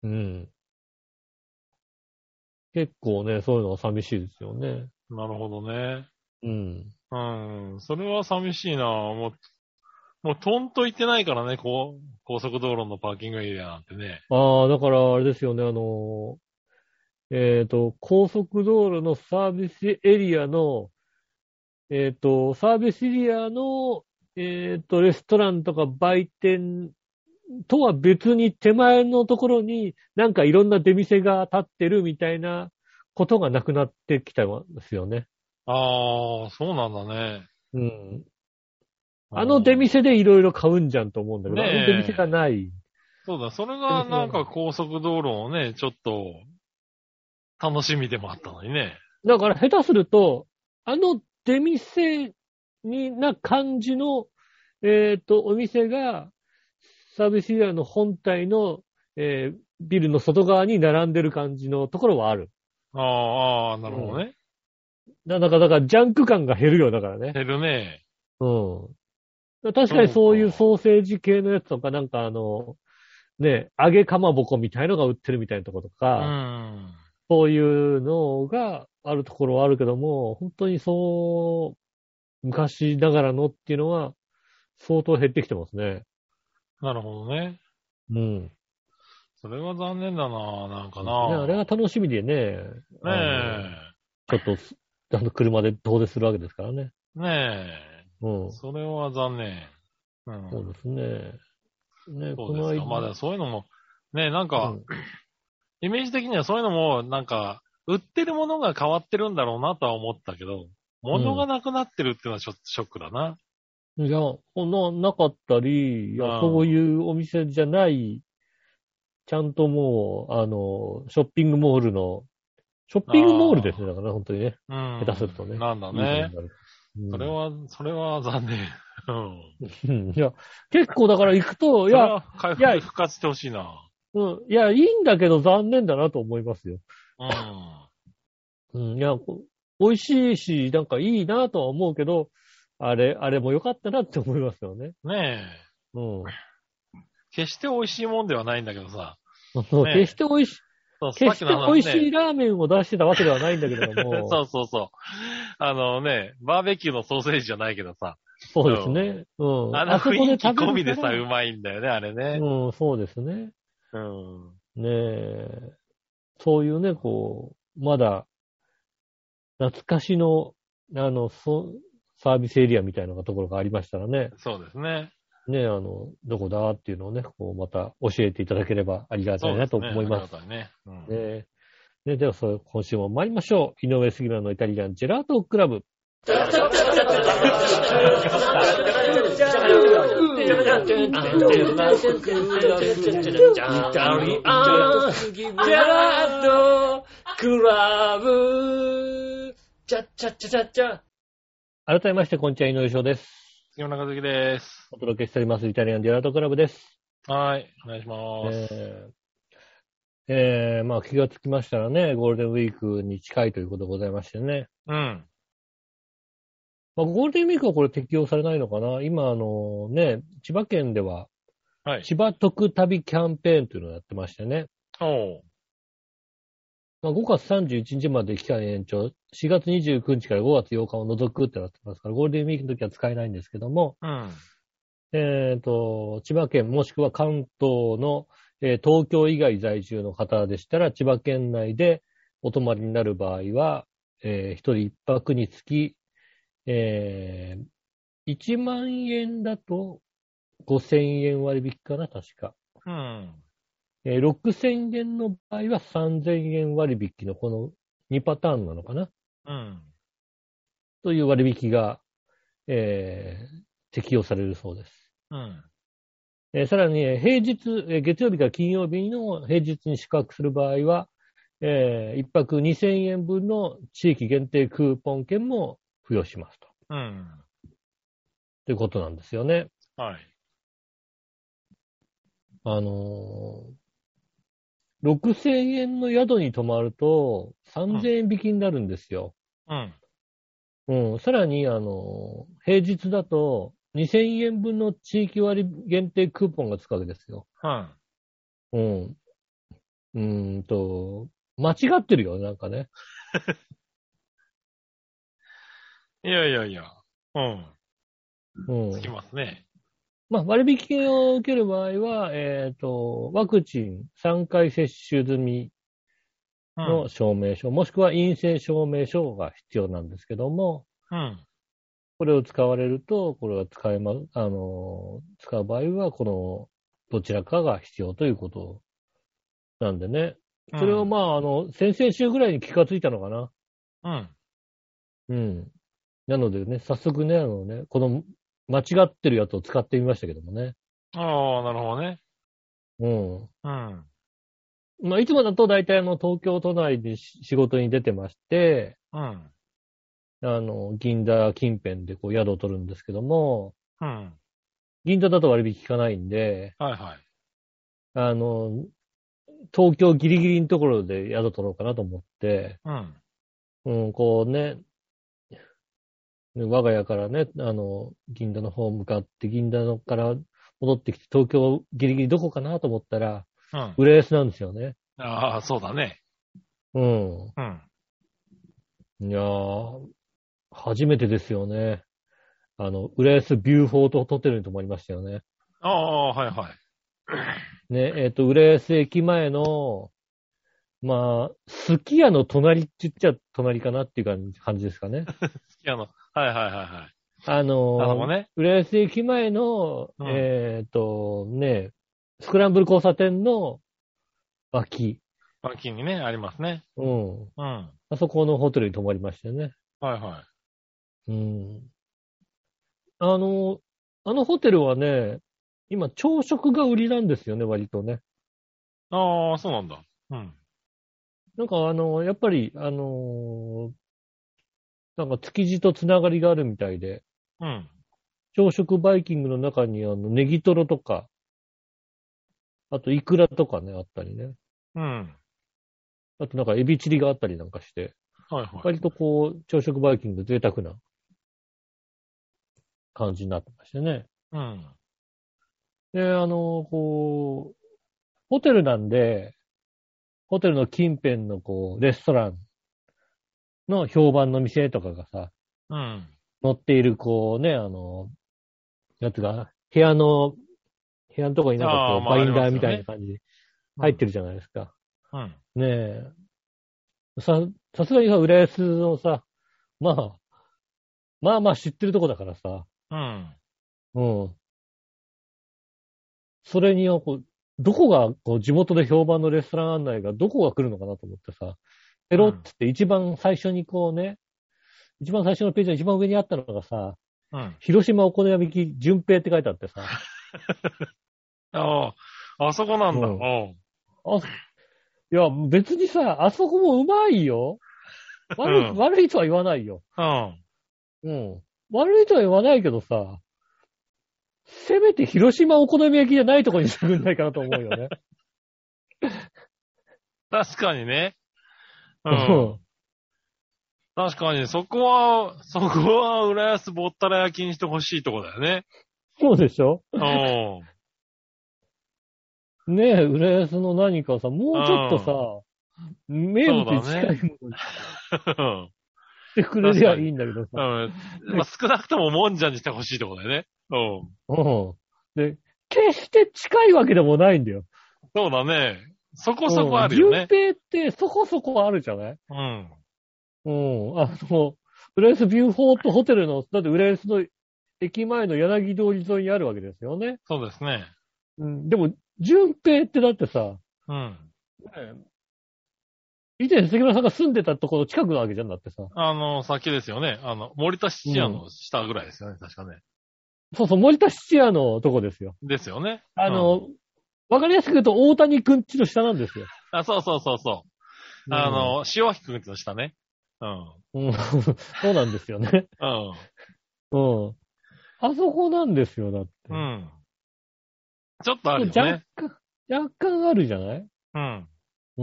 結構ね、そういうのは寂しいですよね。 なるほどね。それは寂しいな。もうトンと行ってないからね、高速道路のパーキングエリアなんてね。 だからあれですよね、高速道路のサービスエリアの、サービスエリアの、レストランとか売店とは別に手前のところになんかいろんな出店が立ってるみたいなことがなくなってきたんですよね。 ああ、そうなんだね。 出店でいろいろ買うんじゃんと思うんだけど、出店がない。 そうだ、それがなんか高速道路をね、ちょっと楽しみでもあったのにね。 だから下手すると、出店な感じの、お店が、サービスエリアの本体の、ビルの外側に並んでる感じのところはある。 ああ、なるほどね。 だからジャンク感が減るよ、だからね。 減るね。 確かにそういうソーセージ系のやつとか、なんか揚げかまぼこみたいのが売ってるみたいなところとか、そういうのがあるところはあるけども、本当に昔ながらのっていうのは、相当減ってきてますね。 なるほどね。それは残念だな、なんかな。 あれが楽しみでね。ちょっと、車で遠出するわけですからね。 それは残念。 そうですね。 そうですか。まだそういうのも、なんか、イメージ的にはそういうのも、なんか、売ってるものが変わってるんだろうなとは思ったけど、物がなくなってるっていうのはちょっとショックだな。 いや、なかったり、いや、そういうお店じゃない、ちゃんともう、ショッピングモールですね、だから、本当にね。下手するとね。 なんだね。それは残念。 いや、結構だから行くと、いや、 復活してほしいな。 いや、いいんだけど残念だなと思いますよ。いや、美味しいし、なんかいいなとは思うけど、あれも良かったなって思いますよね。 ねえ。決して美味しいもんではないんだけどさ。 決して美味しいラーメンを出してたわけではないんだけれども。 そうそうそう。バーベキューのソーセージじゃないけどさ。 そうですね。 あそこで込みでさ、うまいんだよね、あれね。 そうですね。ねえ。そういうね、まだ、懐かしの、サービスエリアみたいなところがありましたらね。 そうですね。 ね、どこだっていうのをね、また教えていただければありがたいなと思います。 そうですね。 ね。では、今週も参りましょう。井上杉村のイタリアンジェラートクラブ。改めまして、こんにちは、井上翔です。 杉村和樹です。 お届けしております、イタリアンジェラートクラブです。 はい、お願いします。 まあ気がつきましたらね、ゴールデンウィークに近いということでございましてね。まあ、ゴールデンウィークはこれ適用されないのかな。今千葉県では、千葉特旅キャンペーンというのをやってましてね。まあ、5月31日まで期間延長、4月29日から5月8日を除くってなってますから、ゴールデンウィークの時は使えないんですけども、千葉県もしくは関東の、東京以外在住の方でしたら、千葉県内でお泊まりになる場合は、一人一泊につき、1万円だと5000円割引かな、確か。6000円の場合は3000円割引のこの2パターンなのかな。という割引が、適用されるそうです。さらに、月曜日から金曜日の平日に宿泊する場合は、1泊2000円分の地域限定クーポン券も付与しますと。ということなんですよね。6000円の宿に泊まると3000円引きになるんですよ。さらに、平日だと2000円分の地域割限定クーポンがつくわけですよ。間違ってるよ、なんかね。 いや。つきますね。 まあ、割引を受ける場合は、ワクチン3回接種済みの証明書、もしくは陰性証明書が必要なんですけども、これを使われると、これが使う場合は、この、どちらかが必要ということなんでね。それを先々週ぐらいに気がついたのかな。なのでね、早速ね、この、間違ってるやつを使ってみましたけどもね。 ああ、なるほどね。 まあ、いつもだと大体東京都内で仕事に出てまして、銀座近辺で宿を取るんですけども、銀座だと割引効かないんで、東京ギリギリのところで宿取ろうかなと思って、我が家からね、銀座の方向かって、銀座から戻ってきて、東京ギリギリどこかなと思ったら、浦安なんですよね。 ああ、そうだね。 いやー、初めてですよね。浦安ビューフォートホテルに泊まりましたよね。 ああ、はい。 ね、浦安駅前の、まあ、すき家の隣って言っちゃ隣かなっていう感じですかね。 すき家の、はい。 浦安駅前の、スクランブル交差点の脇にね、ありますね。 あそこのホテルに泊まりましたよね。 あのホテルはね、今朝食が売りなんですよね、割とね。 ああ、そうなんだ。うん。 なんかやっぱり、なんか築地とつながりがあるみたいで、 うん。 朝食バイキングの中にネギトロとか、あとイクラとかね、あったりね。 うん。 あとなんかエビチリがあったりなんかして、 はいはい。 割とこう、朝食バイキング贅沢な感じになってましてね。 うん。 で、こう、ホテルなんで、ホテルの近辺のこう、レストランの評判の店とかがさ、 うん。 載っているこうね、やつが、部屋のとこになんかああ、 こう、 まあありバインダーみますよね。 たいな感じでうん。 入ってるじゃないですか。 うん。 ねえ。さすがにさ、浦安のさ、まあ、まあまあ知ってるとこだからさ、 うん。 うん。それにこう、どこが、こう、地元で評判のレストラン案内がどこが来るのかなと思ってさ、ペうん。 ロッつって一番最初にこうね、一番最初のページの一番上にあったのがさ、 うん。 広島お好み焼き順平って書いてあってさ、 ああ、あそこなんだ。ううん。 ん。 あ、いや、別にさ、あそこもうまいよ。 うん。 悪いとは言わないよ。 うん。 うん。悪いとは言わないけどさ、せめて広島お好み焼きじゃないとこにしてくんないかなと思うよね。 確かにね。ううん。 ん。 確かに、そこは、浦安ぼったら焼きにしてほしいとこだよね。 そうでしょ？ うん。 ねえ、浦安の何かさ、もううちょっとさ、 ん。 名物そうだに近いね。 ものにしうん。 てくれりゃい確かに。 いんだけどさ。 うん。まあ、 ね、 少なくとももんじゃにしてほしいとこだよね。うん。 うん。で、決して近いわけでもないんだよ。 そうだね。そこそこうん。 あるよね。 順平ってそこそこあるじゃない？ うん。 うん。浦安ビューフォートホテルの、だって浦安の駅前の柳通り沿いにあるわけですよね。 そうですね。 うん。でも、順平ってだってさ、 うん。 ね、以前関村さんが住んでたところ近くなわけじゃんだってさ。 先ですよね。森田うん。 質屋の下ぐらいですよね。確かね。 そうそう、森田質屋のとこですよ。 ですよね。 あうん。 の、わかりやすく言うと大谷くんちの下なんですよ。 あ、そうそうそうそう。 うん。 塩脇くんの下ね。うん。 うん。そうなんですよね。 うん。 うん。あそこなんですよ、だって。 うん。ちょっとあそう、 るよね。 若干あるじゃない？ うん。 うん。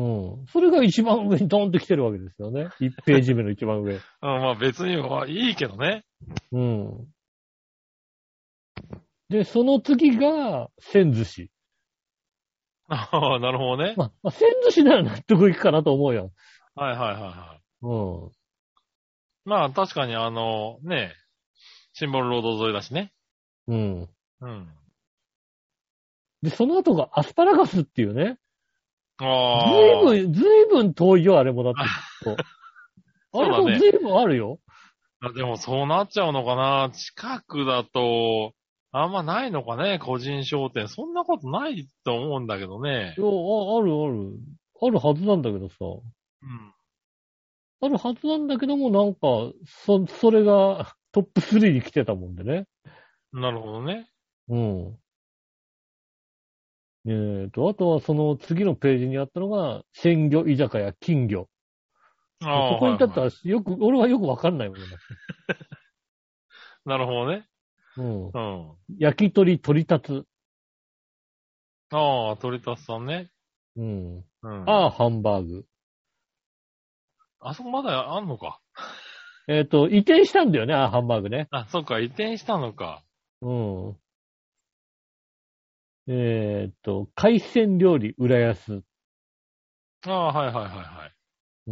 それが一番上にドーンと来てるわけですよね。1ページ目の一番上。 まあ別にはいいけどね。 うん。で、その次が、千寿司。 ああ、なるほどね。 まあ、千寿司なら納得いくかなと思うよ。 はいはいはいはい。 うん。 まあ確かにね、シンボルロード沿いだしね。 うん。 うん。 で、その後がアスパラガスっていうね。 あずいぶん遠いよ、あれもだっあ。 てきっと。あれそうだね。 もずいぶんあるよ。 でもそうなっちゃうのかな。近くだと、あんまないのかね、個人商店。そんなことないと思うんだけどね。 いや、あるある。あるはずなんだけどさ。 うん。 あるはずなんだけども、なんか、それがトップ3に来てたもんでね。 なるほどね。 うん。あとはその次のページにあったのが、鮮魚居酒屋金魚。 ああ、 ここに至ったらはいはい。 俺はよくわかんないもんだ。 なるほどね。 うん。 うん。 焼き鳥鳥立つ。 ああ、鳥田さんね。 うん。 うん。 ああ、ハンバーグ。 あそこまだあんのか。 移転したんだよね、ああ、ハンバーグね。 あ、そっか、移転したのか。 うん。海鮮料理浦安。 ああ、はいはいはいはい。 うん。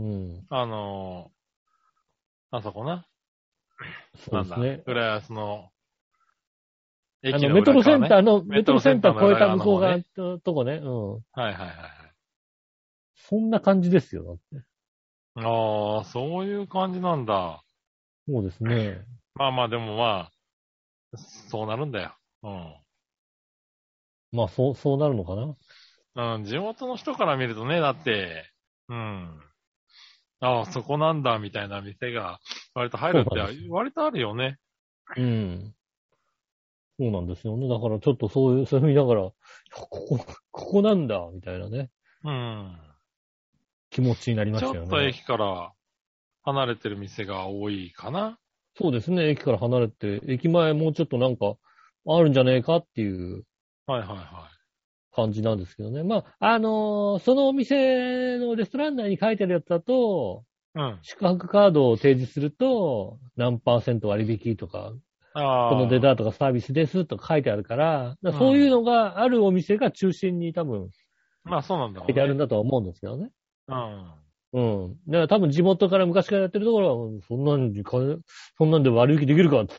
あそこな。なんだ。 そうですね。 浦安の駅の裏メトロセ側ね。 ンターの、 メメトロセンタトロセンターのー越えた向裏側の方ね。 こう側のとこね。うん。 はいはいはいはい。 そんな感じですよ。だって。 ああ、そういう感じなんだ。 そうですね。 まあまあ、でもまあ、そうなるんだよ。 まあ、そうなるのかな。 うん。地元の人から見るとね、だって、うん。ああ、そこなんだ、みたいな店が割と入るって、 そうなんですよ。 割とあるよね。 うん。 そうなんですよね。だからちょっとそれ見ながら、ここなんだ、みたいなね。 うん。 気持ちになりましたよね。 ちょっと駅から離れてる店が多いかな。 そうですね。駅から離れて、駅前もうちょっとなんか、あるんじゃねえかっていうはいはいは感じなんですけどね。まあ、そのお店のレストラン内に書いてあるやつだと、 い。うん。 宿泊カードを提示すると、何%割引とか、このデザートがサービスですとか書いてあるから、そういうのがあるお店が中心に多分、 まあそうなんだろうね。 書いてあるんだとは思うんですけどね。 うん。 うん。だから多分地元から昔からやってるところは、そんなんで割引できるかっつって、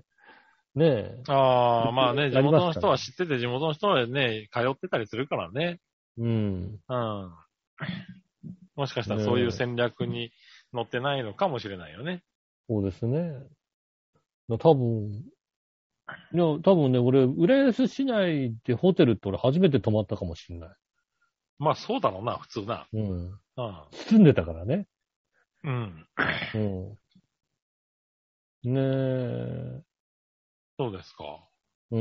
ねえ。 ああ、まあね、地元の人は。 は知ってて、地元の人はね、通ってたりするからね。 うん。 うん。もしかしたらそういう戦略に乗ってないのかもしれないよね。 そうですね。多分ね、俺、浦安市内でホテルって俺初めて泊まったかもしれない。 まあそうだろうな、普通な。 うん。 うん。 住んでたからね。 うん。 うん。ねえ。 そうですか。 うん。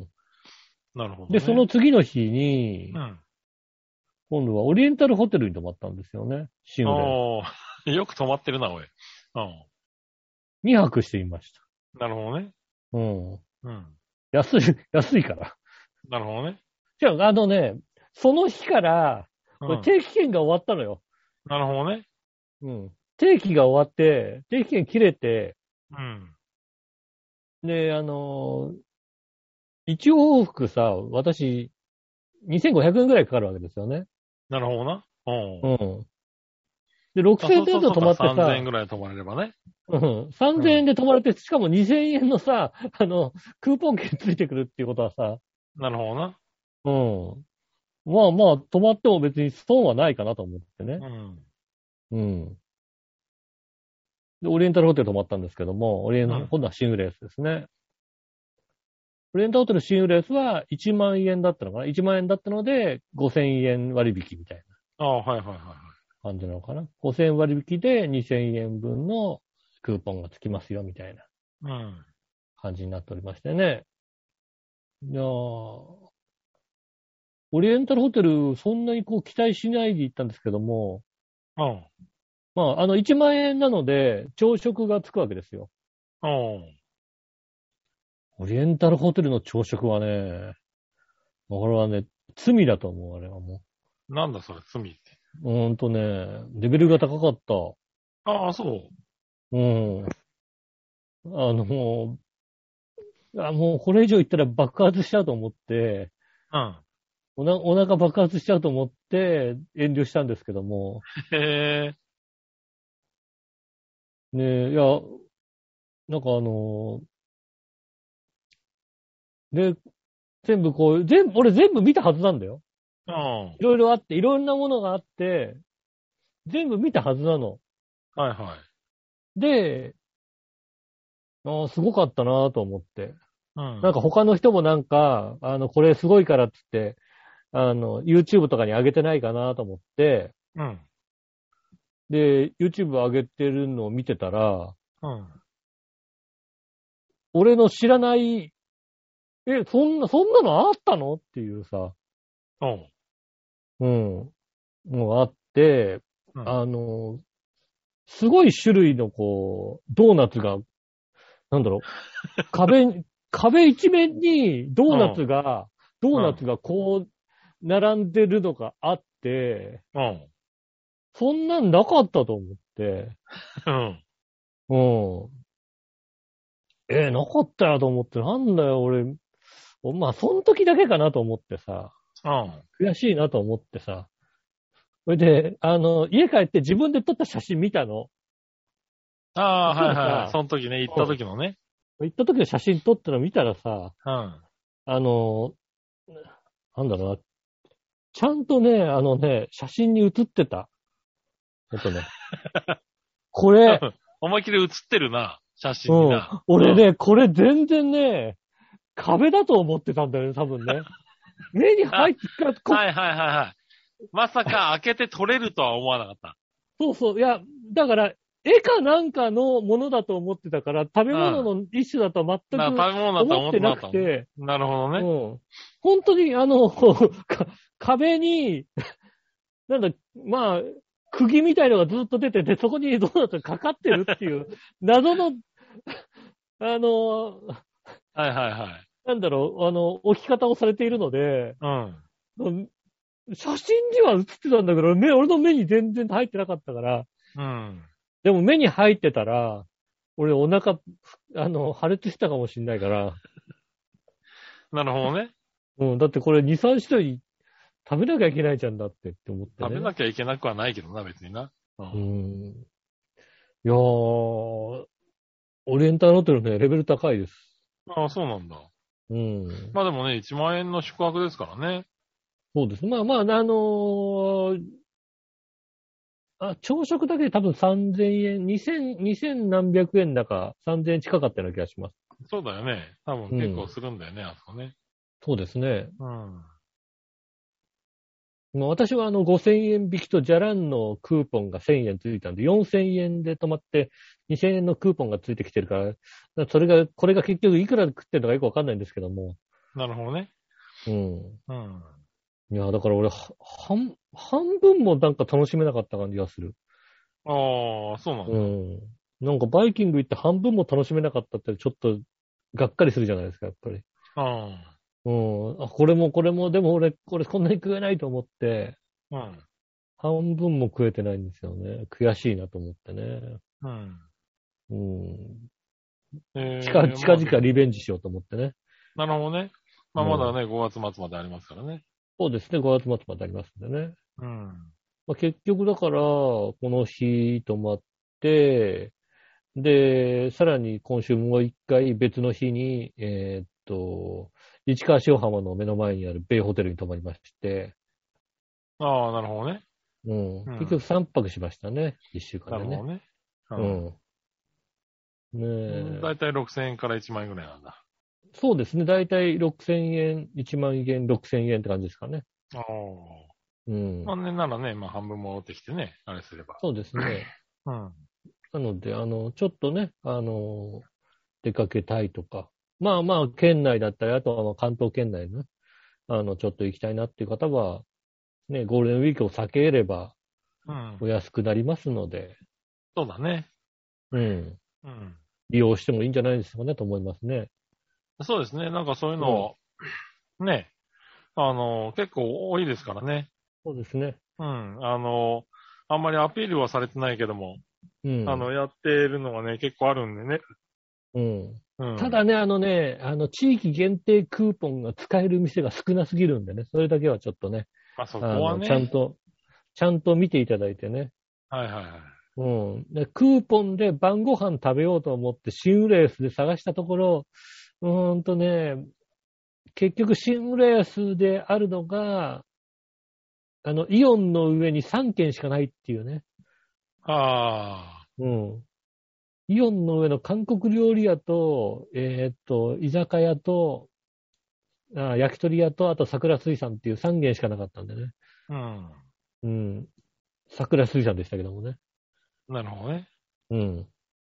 なるほど、ね。 で、その次の日に、 うん。 今度はオリエンタルホテルに泊まったんですよね。シングレおー、よく泊まってるな、おい。うん。 2泊していましなるほどね。 た。うん。 うん。 安いから。 なるほどね。 じゃあ、その日から、 うん。 定期券が終わったのよ。 なるほどね。 うん。定期が終わって、定期券切れて、 うん。 で、一往復さ、私、2500円くらいかかるわけですよね。 なるほどな。 ううん。 ん。で、6000円程度泊まってさ、 3000円ぐらい泊まれればね。 うん。3000円で泊まれて、しかも2000円のさ、クーポン券ついてくるっていうことはさ、 なるほどな。 うん。まあまあ、泊まっても別に損はないかなと思ってね。 うん。 うん。で、オリエンタルホテル泊まったんですけども、 うん今度はシングレースですね。オリエンタルホテルシングレースは1万円だったのかな ?1 万円だったので、5000円割引みたいああ、はいはいはいはい。 な感じなのかな ?5000 円割引で2000円分のクーポンがつきますよ、みたいなうん。 感じになっておりましてね。いやー、オリエンタルホテル、そんなに期待しないで行ったんですけども、 うん。 まあ、1万円なので、朝食がつくわけですよ。 うん。 オリエンタルホテルの朝食はね、これはね、罪だと思う、あれはもなんだそれ、罪って。 レベルが高かった。 ああ、そう。 うん。もうこれ以上言ったら爆発しちゃうと思って、 うん。 お腹爆発しちゃうと思って遠慮したんですけども。 へえ。 ねえ、いや、なんかで、俺全部見たはずなんだよ。 うん。 いろいろあって、いろんなものがあって、全部見たはずなの。 はいはい。 で、すごかったなと思って。 うん。 なんか他の人もなんか、これすごいからって言って、YouTube とかに上げてないかなと思って、 うん。 で、YouTube 上げてるのを見てたら、 うん。 俺の知らない、そんなのあったのっていうさ、 うん。 うん、のがあって、 うんすごい種類のドーナツが、なんだろう、壁一面にドーナツが並んでるのがあって、 うん。 そんなんなかったと思って、 うん。 うん。なかったよと思って、なんだよ、俺。まあ、その時だけかなと思ってさ、 うん。 悔しいなと思ってさ。それで、家帰って自分で撮った写真見たの。 ああ、はいはい。 さその時ね、行った時のね。 行った時の写真撮ったの見たらさ、 うん。 なんだろうな。ちゃんとね、写真に写ってた。ね。これ。 思いっきり写ってるな、写真にな。 俺ね、これ全然ね、壁だと思ってたんだよね、多分ね。目に入ってからはいはいはいはい。まさか開けて撮れるとは思わなかった。 そうそう。いや、だから、 絵かなんかのものだと思ってたから、食べ物の一種だとは全く食べ物だと思ってなくて、 なるほどね。 うん。本当に壁に、なんだ、まあ、釘みたいのがずっと出てて、そこにどうだったらかかってるっていう、謎の、 はいはいはい。 なんだろう、置き方をされているので、 うん。 写真には写ってたんだけど、俺の目に全然入ってなかったから、 うん。 でも目に入ってたら、俺お腹、破裂したかもしんないから。 なるほどね。 うん、だってこれ2、3種類食べなきゃいけないじゃんだって思ってね。 食べなきゃいけなくはないけどな、別にな。 いやー、オリエンタルホテルね、レベル高いです。 ああ、そうなんだ。 うん。 まあでもね、1万円の宿泊ですからね。 そうです。まあまあ、朝食だけで多分3000円、2000何百円だか3000円近かったような気がします。 そうだよね。多分結構するんだよね、あそこね。 そうですね。 うん。 私は5000円引きとじゃらんのクーポンが1000円ついたんで、4000円で泊まって2000円のクーポンがついてきてるから、これが結局いくらで食ってるのかよくわかんないんですけども。 なるほどね。 うん。 うん。 いや、だから俺、半分もなんか楽しめなかった感じがする。 ああ、そうなんだ。 うん。なんかバイキング行って半分も楽しめなかったってちょっとがっかりするじゃないですか、やっぱり。うん。これも、でも俺、これこんなに食えないと思って、 うん。 半分も食えてないんですよね。悔しいなと思ってね。 うん。 うん。近ま 々リベンジしようと思ってね。 なるほどね。まあまだね、5月末までありますからね。 そうですね、5月末までありますんでね。 うん。 まあ、結局だから、この日泊まって、で、さらに今週もう一回別の日に、市川塩浜の目の前にあるベイホテルに泊まりまして、 ああ、なるほどね。 うん。結局3泊しましたね。1週間でね。 なるほどね。 うん。ねえ。 だいたい6000円から1万円ぐらいなんだ。 そうですね。だいたい6000円、1万円、6000円って感じですかね。 ああ。 うん。 まあね、ならね、まあ半分戻ってきてね、あれすれば。 そうですね。 うん。 なので、ちょっとね、出かけたいとか、まあまあ、県内だったり、あとはまあ関東圏内のね、ちょっと行きたいなっていう方は、ね、ゴールデンウィークを避ければ、 うん。 お安くなりますので、 そうだね。 うん。 うん。 利用してもいいんじゃないですかね、と思いますね。 そうですね。なんかそういうのを、ね、結構多いですからね。 そうですね。 うん。あんまりアピールはされてないけども、 うん。 やってるのがね、結構あるんでね。 うん。 うん。 ただね、地域限定クーポンが使える店が少なすぎるんでね、それだけはちょっとね、 まあそこはね。 ちゃんと見ていただいてね。 はいはいはい。 うん。で、クーポンで晩ご飯食べようと思ってシンレースで探したところ、結局シンレースであるのが、イオンの上に3軒しかないっていうね。 ああ。 うん。イオンの上の韓国料理屋と、居酒屋と、焼き鳥屋と、あと桜水産っていう3軒しかなかったんでね。 うん。 うん。桜水産でしたけどもね。 なるほどね。 うん。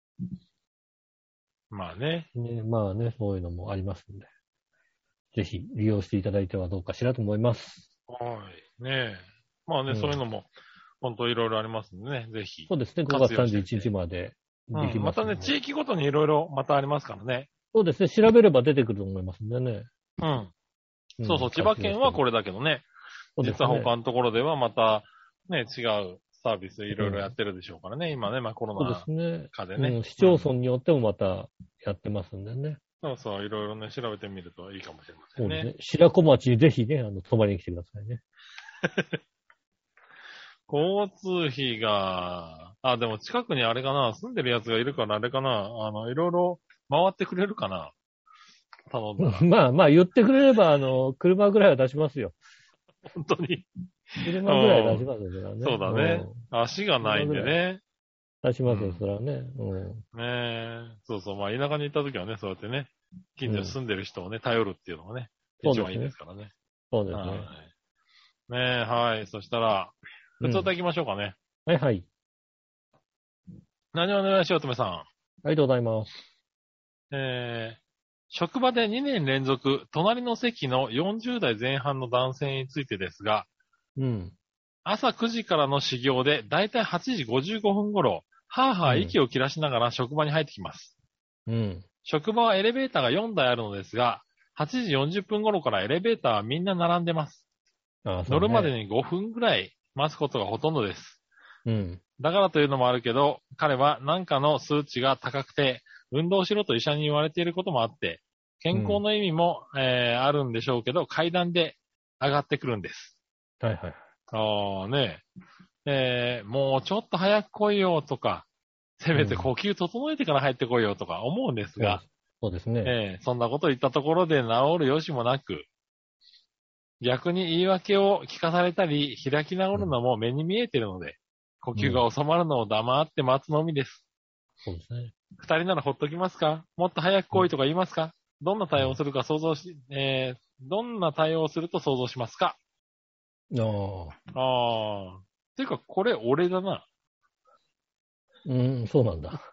まあね。 ね、まあね、そういうのもありますんで。ぜひ利用していただいてはどうかしらと思います。 はい。ねえ。まあね、 うんそういうのも、本当いろいろありますんでね、ぜひ。 そうですね、5月31日までできます、 またね、地域ごとにいろいろまたありますからね。 そうですね、調べれば出てくると思いますんでね。 うん。そうそう、千葉県はこれだけどね。実は他のところではまた、ね、違うサービスいろいろやってるでしょうからね。今ね、まあコロナ禍でね。 市町村によってもまたやってますんでね。 そうそう、いろいろね、調べてみるといいかもしれませんね。そうですね。 白子町にぜひね、泊まりに来てくださいね。 交通費が、でも近くにあれかな、住んでるやつがいるからあれかな、いろいろ回ってくれるかな。頼んだら。 まあ言ってくれれば、車ぐらいは出しますよ。 本当に。 車ぐらい出しますよ、それはね。 そうだね。足がないんでね。 出しますよ、それはね。 ねえ。そうそう。まあ、田舎に行った時はね、そうやってね、近所に住んでる人をね、頼るっていうのがね、一番いいですからね。 そうですね。 ねえ、はい。そしたら、普通歌行きましょうかね。 はいはい。 何をお願いしよう、とめさん。 ありがとうございます。 職場で2年連続、隣の席の40代前半の男性についてですが、 うん。 朝9時からの始業で、だいたい8時55分頃、はぁはぁ息を切らしながら職場に入ってきます。 うん。 職場はエレベーターが4台あるのですが、8時40分頃からエレベーターはみんな並んでます。 ああ、 乗るまでに5分ぐらい待つことがほとんどです。 うん。 だからというのもあるけど、彼は何かの数値が高くて、運動しろと医者に言われていることもあって、健康の意味も、あるんでしょうけど、階段で上がってくるんです。 はいはい。 ああね、もうちょっと早く来いよとか、せめて呼吸整えてから入ってこいよとか思うんですが、 そうですね。 そんなこと言ったところで治る由もなく、逆に言い訳を聞かされたり、開き直るのも目に見えているので、呼吸が収まるのを黙って待つのみです。 そうですね。 二人ならほっときますか？もっと早く来いとか言いますか？どんな対応をするかどんな対応をすると想像しますか？ていうか、これ俺だな。 そうなんだ。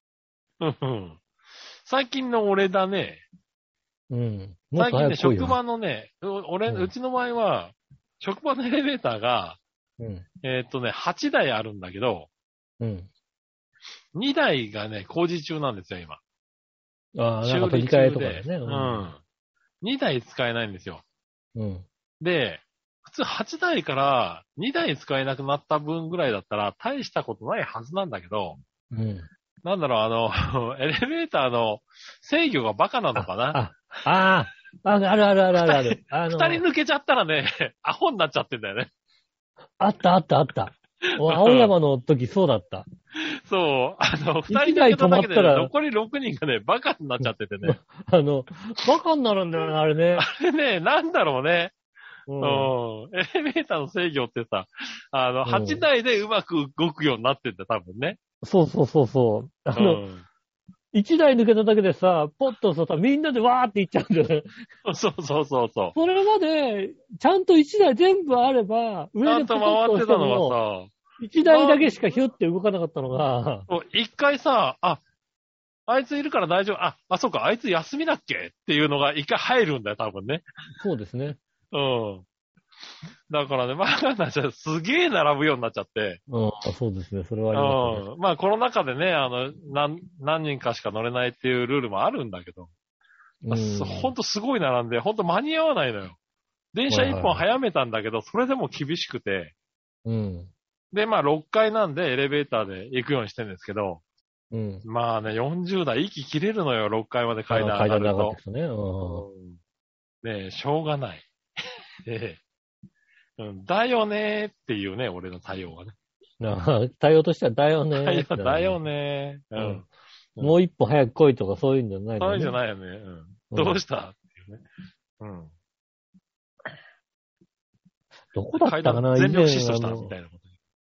最近の俺だね。最近ね、職場のね、うちの場合は、職場のエレベーターが、8台あるんだけど、2台がね、工事中なんですよ、今。 ああ、なんか取り替えとかでね。 2台使えないんですよ。で、普通8台から2台使えなくなった分ぐらいだったら大したことないはずなんだけど、なんだろう、エレベーターの制御がバカなのかな？ ある。 二人抜けちゃったらね、アホになっちゃってんだよね。 あった。青山の時そうだった。 そう。二人抜けただけで、残り6人がね、バカになっちゃっててね。 バカになるんだよね、あれね。 あれね、なんだろうね。エレベーターの制御ってさ、8台でうまく動くようになってんだよ、多分ね。 そう。1台抜けただけでさ、ポッとさ、みんなでわーって行っちゃうんだよね。 そう。 それまで、ちゃんと1台全部あれば、 上でポッと回ってたのはさ、 1台だけしかヒュッて動かなかったのが、 一回さ、あいついるから大丈夫。そうか、あいつ休みだっけっていうのが一回入るんだよ、多分ね。 そうですね。 だからね、すげえ並ぶようになっちゃって。 そうですね、それはありますね。 まあ、コロナ禍でね、何人かしか乗れないっていうルールもあるんだけど、ほんとすごい並んで、ほんと間に合わないのよ。電車1本早めたんだけど、それでも厳しくて。で、まあ、6階なんでエレベーターで行くようにしてるんですけど、まあね、40代息切れるのよ、6階まで階段上がると。階段上がってですね。ねえ、しょうがない。だよねーっていうね、俺の対応がね。 対応としてはだよねー。 だよねー。 もう一歩早く来いとかそういうんじゃないのね。 そういうんじゃないよね。どうしたっていうね。 どこだったかな？ 全力疾走したみたいなこと。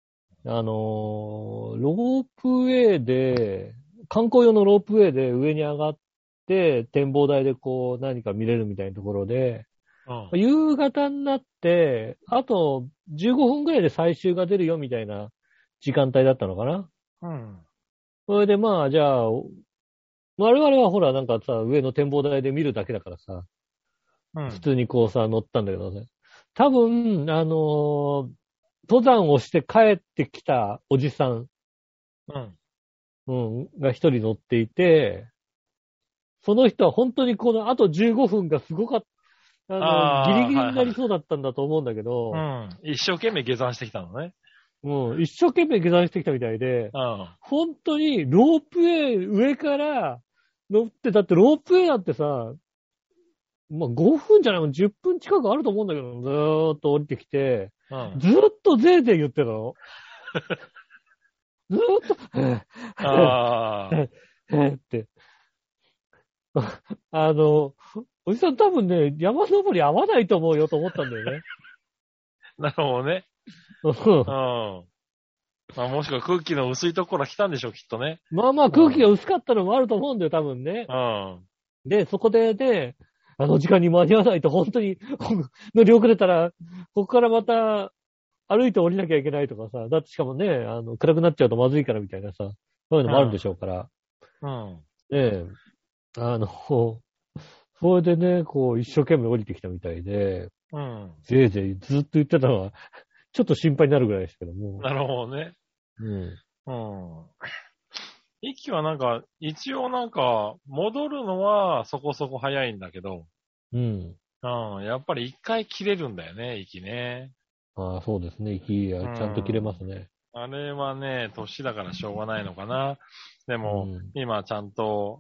ロープウェイで、観光用のロープウェイで上に上がって、展望台でこう何か見れるみたいなところで、夕方になって、あと15分ぐらいで最終が出るよみたいな時間帯だったのかな。それでまあ、じゃあ、我々はほらなんかさ、上の展望台で見るだけだからさ、普通にこうさ、乗ったんだけどね。多分、登山をして帰ってきたおじさん、が一人乗っていて、その人は本当にこのあと15分がすごかった。ギリギリになりそうだったんだと思うんだけど、 一生懸命下山してきたのね。 一生懸命下山してきたみたいで、本当にロープウェイ上から乗って、だってロープウェイだってさ、まあ、5分じゃないもん、10分近くあると思うんだけど、ずーっと降りてきて、ずーっとぜいぜい言ってたの。ずーっと、って。おじさん多分ね、山登り合わないと思うよと思ったんだよね。 なるほどね。まあ、もしくは空気の薄いところ来たんでしょう、きっとね。 まあまあ空気が薄かったのもあると思うんだよ、多分ね。で、そこでね、時間に間に合わないと本当に乗り遅れたら、ここからまた歩いて降りなきゃいけないとかさ、だってしかもね、暗くなっちゃうとまずいからみたいなさ、 そういうのもあるでしょうから。 うん。 ねえ、それでね、こう、一生懸命降りてきたみたいで、 うん。 ぜいぜいずっと言ってたのは、ちょっと心配になるぐらいですけども。 なるほどね。 うん。 うん。息はなんか、一応なんか、戻るのはそこそこ早いんだけど、 うん。 うん。やっぱり一回切れるんだよね、息ね。 ああ、そうですね。息はちゃんと切れますね。 あれはね、年だからしょうがないのかな。でも、今ちゃんと、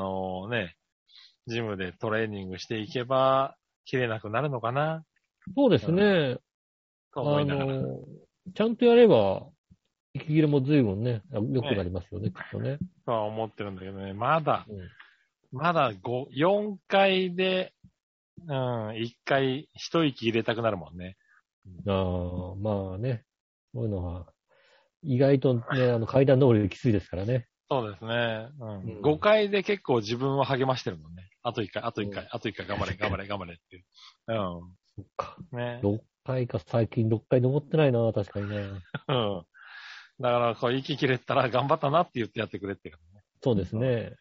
ジムでトレーニングしていけば、切れなくなるのかな。 そうですね。 と思いながら。 ちゃんとやれば、息切れも随分ね、良くなりますよね、きっとね。 とは思ってるんだけどね、まだ4回で、1回、一息入れたくなるもんね。 ああ、まあね。そういうのは、意外とね、階段登りきついですからね。 そうですね。5回で結構自分を励ましてるもんね。あと1回、あと1回、あと1回頑張れ、頑張れ、頑張れっていう。 そっか。 ね。 6回か、最近6回登ってないな、確かにね。 だから、こう、息切れたら頑張ったなって言ってやってくれってるね。 そうですね。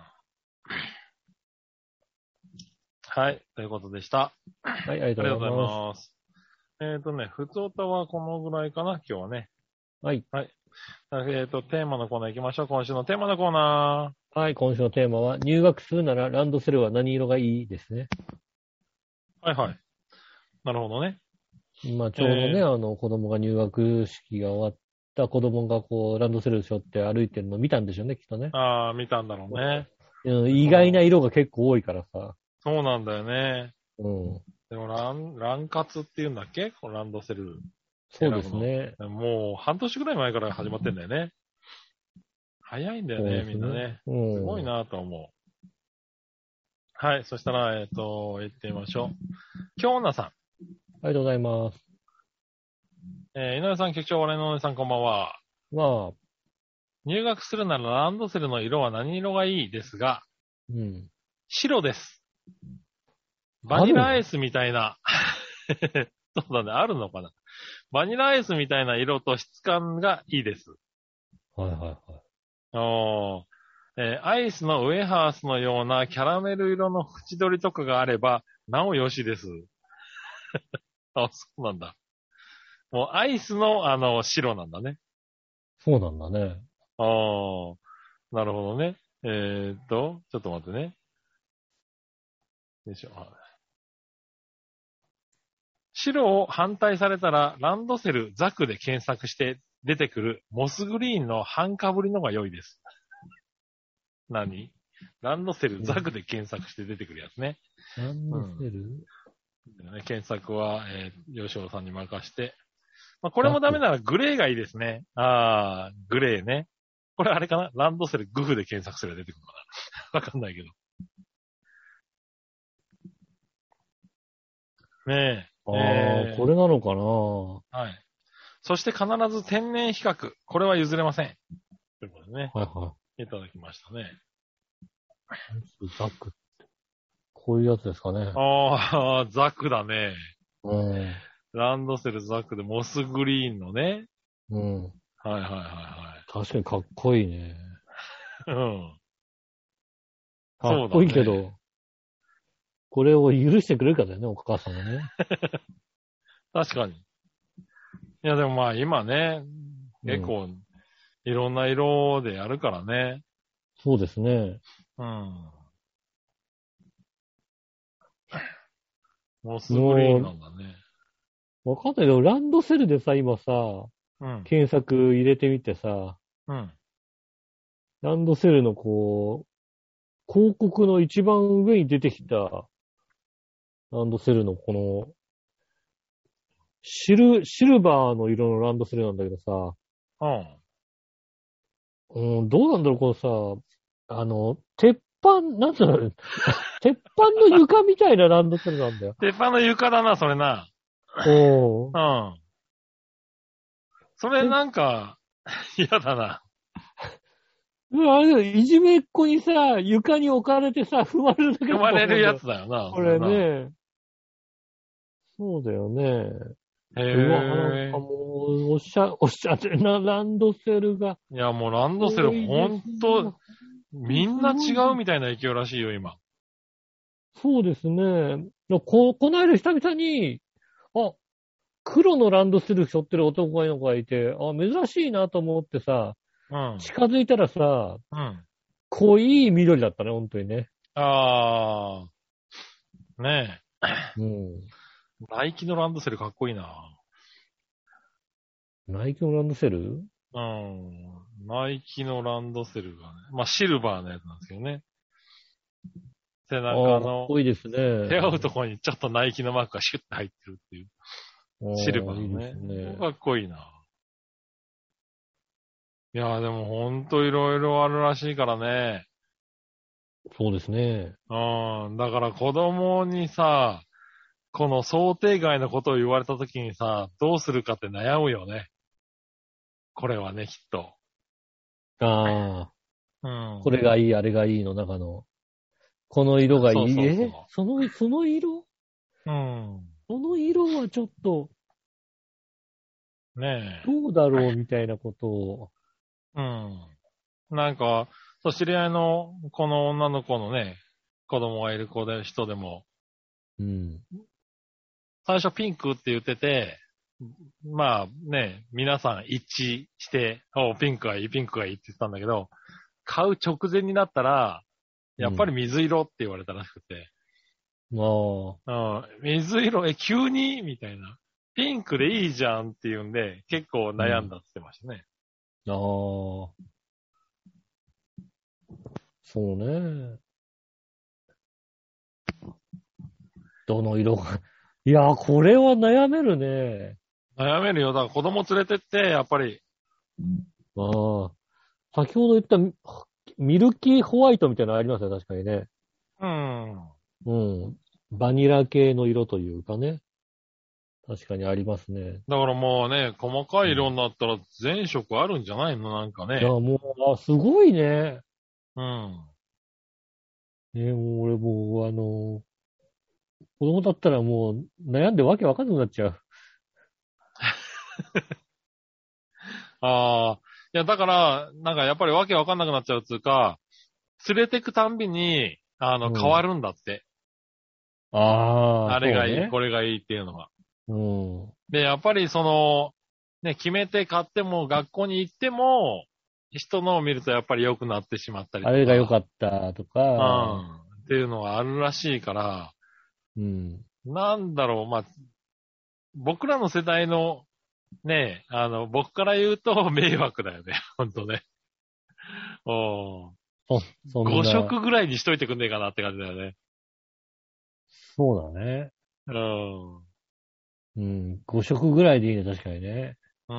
はい、ということでした。 はい、ありがとうございます。 ふつおたはこのぐらいかな、今日はね。 はい。 はい。テーマのコーナー行きましょう。今週のテーマのコーナー。はい、今週のテーマは、入学するならランドセルは何色がいいですね。 はいはい。なるほどね。 まあ、ちょうどね、子供が入学式が終わった子供がこう、ランドセル背負って歩いてるのを見たんでしょうね、きっとね。 ああ、見たんだろうね。 意外な色が結構多いからさ。 そうなんだよね。 うん。 でもラン活っていうんだっけこのランドセル。 そうですね。 もう半年ぐらい前から始まってんだよね。早いんだよね、みんなね。すごいなと思う。はい、そしたら、行ってみましょう。京女さん。 ありがとうございます。 井上さん、局長、我のお姉さん、こんばんは。 まあ。 入学するならランドセルの色は何色がいいですが、白です。バニラアイスみたいな。そうだね、あるのかな。バニラアイスみたいな色と質感がいいです。 はいはいはい。 アイスのウエハースのようなキャラメル色の縁取りとかがあれば、なおよしです。あ、そうなんだ。もうアイスの白なんだね。 そうなんだね。 ああ、なるほどね。ちょっと待ってね。よいしょ。白を反対されたら、ランドセルザクで検索して出てくるモスグリーンの半かぶりのが良いです。何？ランドセルザクで検索して出てくるやつね。 ランドセル、 検索は、吉尾さんに任して。まあ、これもダメならグレーがいいですね。ああ、グレーね。これあれかな？ランドセルグフで検索すれば出てくるかな？わかんないけど。ねえ。 これなのかな？はい。そして必ず天然比較。これは譲れません。ということでね。 はいはい。 いただきましたね。 ザクって。こういうやつですかね。 ああ、ザクだね。ランドセルザクでモスグリーンのね。はいはいはいはい。 確かにかっこいいね。かっこいいけど、これを許してくれるかだよね、お母さんがね。 確かに。いやでもまあ今ね、結構いろんな色でやるからね。 そうですね。 モスグリーンなんだね。 わかんないけど、ランドセルでさ、今さ、検索入れてみてさ、ランドセルのこう、広告の一番上に出てきた、ランドセルのこの、シルバーの色のランドセルなんだけどさ、どうなんだろう、このさ、鉄板、なんだろう、鉄板の床みたいなランドセルなんだよ。 鉄板の床だな、それな。それなんか、嫌だな。 あれ、いじめっ子にさ、床に置かれてさ、踏まれるだけ踏まれるやつだよな。 これね。そうだよね。 へうわ、なんかもう、おっしゃってな、ランドセルが。 いや、もうランドセルほんと、みんな違うみたいな勢いらしいよ、今。 そうですね。この間久々に、あ、黒のランドセル背負ってる男がいて、あ、珍しいなと思ってさ、 うん。 近づいたらさ、 うん。 濃い緑だったね、ほんとにね。 あー、ねうん。 え。ナイキのランドセルかっこいいな。 ナイキのランドセル。 うん。ナイキのランドセルがね。まあ、シルバーのやつなんですけどね。背ああ、かっ中の、 こいいですね。 手合うところにちょっとナイキのマークがシュッと入ってるっていう。 ああ、 シルバーいいでのね。 すね。 かっこいいな。いやーでもほんといろいろあるらしいからね。 そうですね。 うん。だから子供にさ、この想定外のことを言われた時にさ、どうするかって悩むよね。これはね、きっと。 ああ、 うん。 これがいい、あれがいいの中の、この色がいい。 そうそうそその色う。うん。 その色はちょっと、 ねどうだろうみたいなことを。 え。うん。なんか、そう、知り合いのこの女の子のね、子供がいる人でも、 うん。 最初ピンクって言ってて、まあね、皆さん一致して、ピンクがいい、ピンクがいいって言ってたんだけど、買う直前になったら、やっぱり水色って言われたらしくて、 まあ、 うん、水色、急にみたいな。ピンクでいいじゃんって言うんで、結構悩んだって言ってましたね。 ああ、そうね。どの色が。いや、これは悩めるね。 悩めるよ。だから子供連れてって、やっぱり、 ああ。先ほど言ったミルキーホワイトみたいなのありますよ、確かにね。 うん。 うん。バニラ系の色というかね。確かにありますね。 だからもうね、細かい色になったら全色あるんじゃないのなんかいや、 ね。 もう、すごいね。 うん。 もう俺もう、子供だったらもう悩んでわけわかんなくなっちゃう。 ああ。いや、だから、なんかやっぱりわけわかんなくなっちゃうっていうか、連れてくたんびに、変わうん。 るんだって。 ああ、 あれがいい、 そうね。 これがいいっていうのが。 うん。 で、やっぱりね、決めて買っても、学校に行っても、人のを見るとやっぱり良くなってしまったりあとか、 れが良かったとうか、 ん、っていうのがあるらしいから、 うん。 なんだろう、まあ、僕らの世代の、ね、僕から言うと迷惑だよね、ほんとね。お5 そんな、 色ぐらいにしといてくんねえかなって感じだよね。 そうだね。 うん。 うん。5色ぐらいでいいね、確かにね。 うん。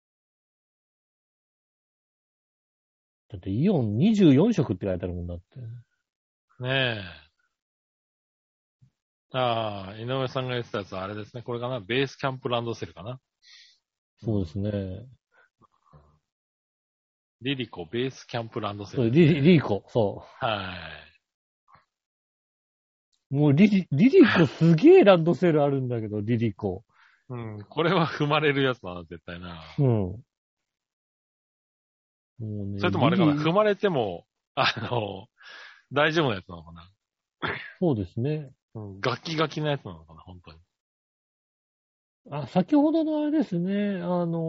だってイオン24色って書いてあるもんだって。 ねえ。ああ、井上さんが言ってたやつはあれですね。これかなベースキャンプランドセルかな。うん。 そうですね。 リリコベースキャンプランドセそう、 ルですね。 リーコ、そはう。もうリリコすげえランドセルあるんだけど、リリコ。 い。うん。これは踏まれるやつだな、絶対な。 うん。もうね、 それともあれかな踏まれても、大丈夫なやつなのかな。 そうですね。 うん。ガキガキなやつなのかな、本当に。 あ、先ほどのあれですね。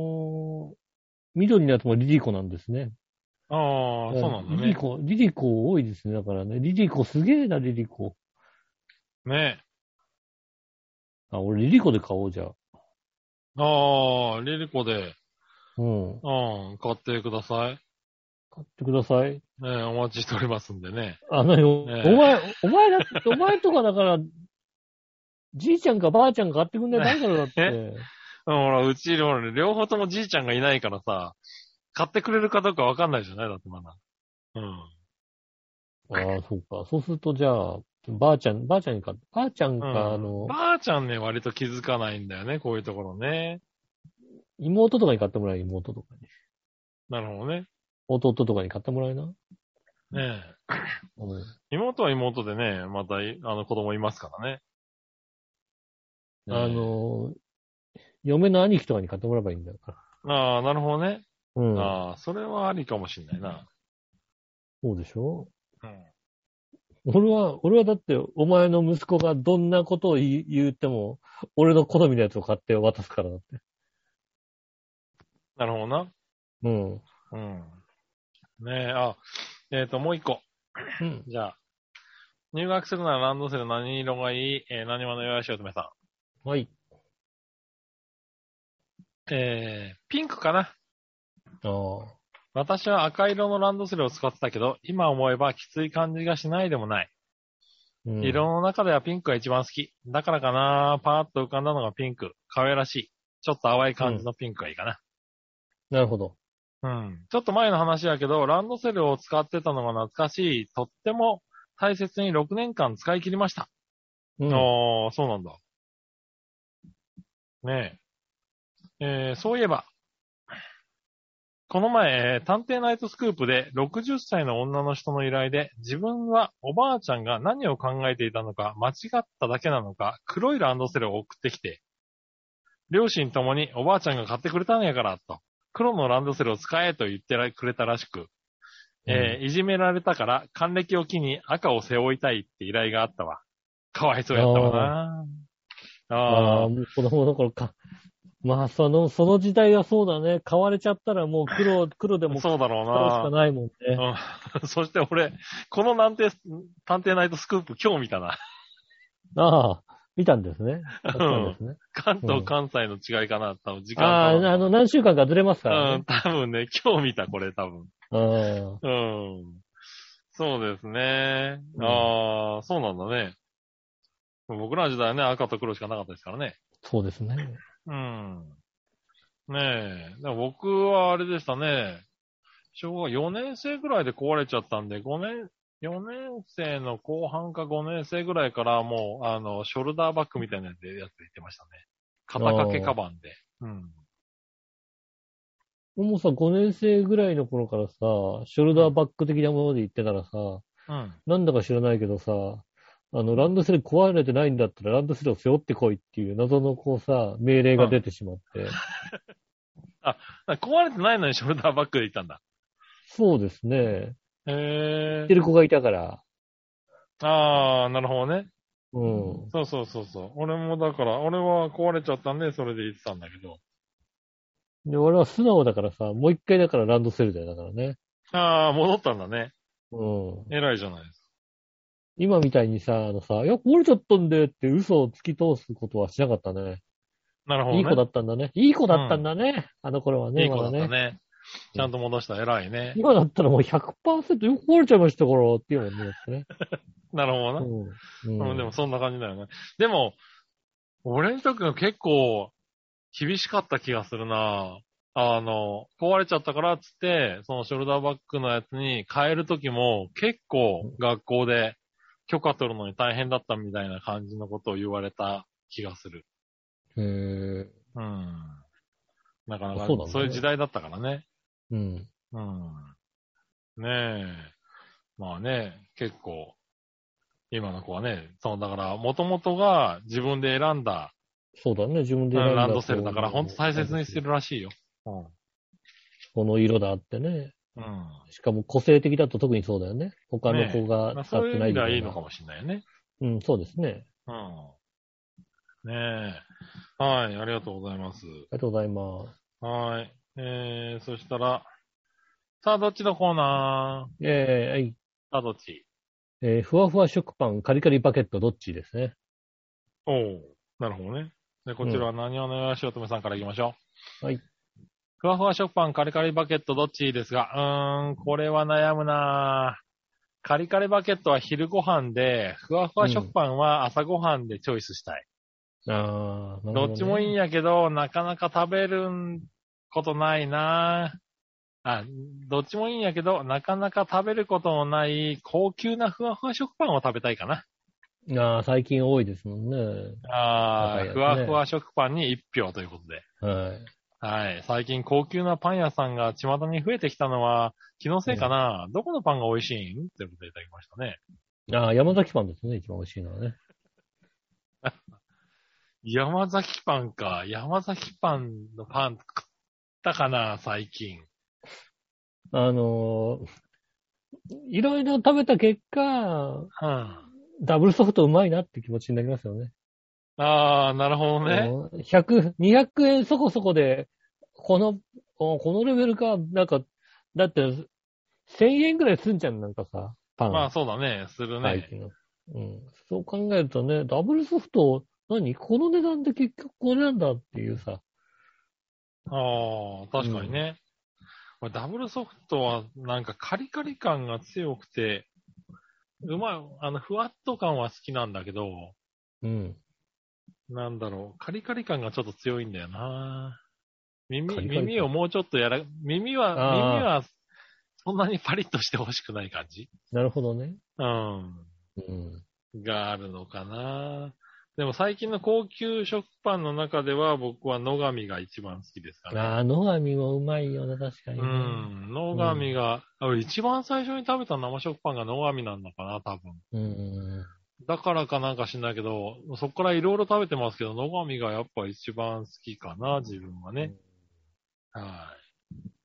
緑のやつもリリコなんですね。 ああ、そうなんだね。 リリコ多いですね。だからね。リリコすげえな、リリコ。 ねあ、俺リリコで買おうじゃあ。 ああ、リリコで、 うん。 うん、買ってください。 買ってください。 ねえ、お待ちしておりますんでね。 なに、 ねお前とかだから、じいちゃんかばあちゃんか買ってくんないだからだっえ。 て。 ほら、うち、ほら、両方ともじいちゃんがいないからさ、買ってくれるかどうかわかんないじゃないだってまだ。うん。 ああ、そうか。そうするとじゃあ、ばあちゃんに買って、ばあちゃんうか、 ん。ばあちゃんね、割と気づかないんだよね、こういうところね。 妹とかに買ってもらえ、妹とかに。 なるほどね。 弟とかに買ってもらえな。 ねうん。 え。妹は妹でね、また、子供いますからね。 あねの、 嫁の兄貴とかに買ってもらえばいいんだから。ああ、なるほどね。 ら。うん。 ああ、それはありかもしんないな。 そうでしょ？ うん。 俺はだって、お前の息子がどんなことを言っても、俺の好みのやつを買って渡すからだって。 なるほどな。 うん。 うん。ねえ、もう一個。 うん。 じゃあ、入学するならランドセル何色がいい？何話のよやしおとめさはい。 ん。ピンクかな。 ああ。 私は赤色のランドセルを使ってたけど、今思えばきつい感じがしないでもない。 うん、 色の中ではピンクが一番好き。だからかな、パーッと浮かんだのがピンク。可愛らしい。ちょっと淡い感じのピンクがいいかな。 なるほど。 うん。ちょっと前の話やけど、ランドセルを使ってたのが懐かしい。とっても大切に6年間使い切りました。 うん。 ああ、そうなんだ。ねえ。そういえば、この前、探偵ナイトスクープで60歳の女の人の依頼で、自分はおばあちゃんが何を考えていたのか、間違っただけなのか、黒いランドセルを送ってきて、両親ともにおばあちゃんが買ってくれたんやから、と。黒のランドセルを使えと言ってくれたらしく、いじめられたから還暦を機に赤を背負いたいって依頼があったわ。かわいそうやったわな。 ああ、もう子供の頃か。まあ、その時代はそうだね。買われちゃったらもう黒でもそうだろう買うしかな。 ないもんね。 うん。そして俺、この探偵ナイトスクープ今日見たな。 ああ、見たんですね。 うん。 ですね。 関東、関西の違いかな。多分時間ああ、何週間かずれますからね。 うん、多分ね、今日見た、これ多分。うん。そうですね。ああ、そうなんだね。僕らの時代はね、赤と黒しかなかったですからね。 そうですね。 うん。ねえ。僕はあれでしたね。小学4年生ぐらいで壊れちゃったんで、4年生の後半か5年生ぐらいからもう、ショルダーバッグみたいなやつ言ってましたね。肩掛けカバンで。うん。 もうさ、5年生ぐらいの頃からさ、ショルダーバッグ的なもので言ってたらさ、 うん。 なんだか知らないけどさ、ランドセル壊れてないんだったらランドセルを背負ってこいっていう謎のこうさ、命令が出てしまって。 あ、壊れてないのにショルダーバッグで行ったんだ。 そうですね。 へてる子がいたから。 ああ、なるほどね。 うん。 そう。俺もだから、俺は壊れちゃったんで、それで言ってたんだけど。 で、俺は素直だからさ、もう一回だからランドセルだよ、だからね。 ああ、戻ったんだね。 うん。 偉いじゃないです今みたいにさ、いや、壊れちゃったんでって嘘を突き通すことはしなかったね。 か。なるほどね。 いい子だったんだね。いい子だったんだね。あの頃はね、 いい子だったまだね。 ね。ちゃんと戻した。偉いね。 今だったらもう 100% よく壊れちゃいましたからっていうもんね、だってね。 なるほどな。 うん。 でもそんな感じだよね。でも、俺の時は結構厳しかった気がするな。壊れちゃったからっつって、そのショルダーバッグのやつに変える時も結構学校で許可取るのに大変だったみたいな感じのことを言われた気がする。 へえ。 うん。なかなか、 そうだね。 そういう時代だったからね。 うん。 うん。ねえ。まあね、結構、今の子はね、だから、元々が自分で選んだ、 そうだね、自分で選んだ。 ランドセルだから、ほんと大切にしてるらしいよ。 うん。この色だってね。 うん。 しかも個性的だと特にそうだよね。他の子が使ってないみたいな。そういう意味ではいいのかもしれないよね。 うん、そうですね。 うん。ねえ。はい、ありがとうございます。 ありがとうございます。 はい。そしたら、さあ、どっちのコーナー？ はい。 さあ、どっち？ ふわふわ食パン、カリカリバケット、どっちですね。 おー、なるほどね。で、こちらは何をお願いしようとめさんから行きましょう。はい。 ふわふわ食パン、カリカリバケット、どっちですが、これは悩むなぁ。カリカリバケットは昼ご飯で、ふわふわ食パンは朝ご飯でチョイスしたい。 なるほどね。 どっちもいいんやけど、なかなか食べることないなぁ。どっちもいいんやけど、なかなか食べることもない高級なふわふわ食パンを食べたいかな。 最近多いですもんね。 ふわふわ食パンに1票ということで。 はい。 はい。最近高級なパン屋さんが巷に増えてきたのは気のせいかな、どこのパンが美味しいんということでいただきましたね。 山崎パンですね、一番美味しいのはね。 山崎パンか。山崎パンのパン食ったかな、最近。 いろいろ食べた結果、ダブルソフトうまいなって気持ちになりますよね。 ああ、なるほどね。 100、200円そこそこで、このレベルか、なんか、だって、1000円ぐらいすんじゃん、なんかさ、パン。 まあそうだね、するね。 そう考えるとね、ダブルソフト、この値段で結局これなんだっていうさ。 ああ、確かにね。ダブルソフトはなんかカリカリ感が強くて、うまい、ふわっと感は好きなんだけど、なんだろう、カリカリ感がちょっと強いんだよな。耳をもうちょっと耳はそんなにパリッとしてほしくない感じ。 なるほどね。 があるのかな。でも最近の高級食パンの中では僕は野上が一番好きですかね。 野上もうまいよね、確かに、ね。 野上が、一番最初に食べた生食パンが野上なんだかな、多分。だからかなんか知んないけど、そこからいろいろ食べてますけど、野上がやっぱ一番好きかな、自分はね。はい。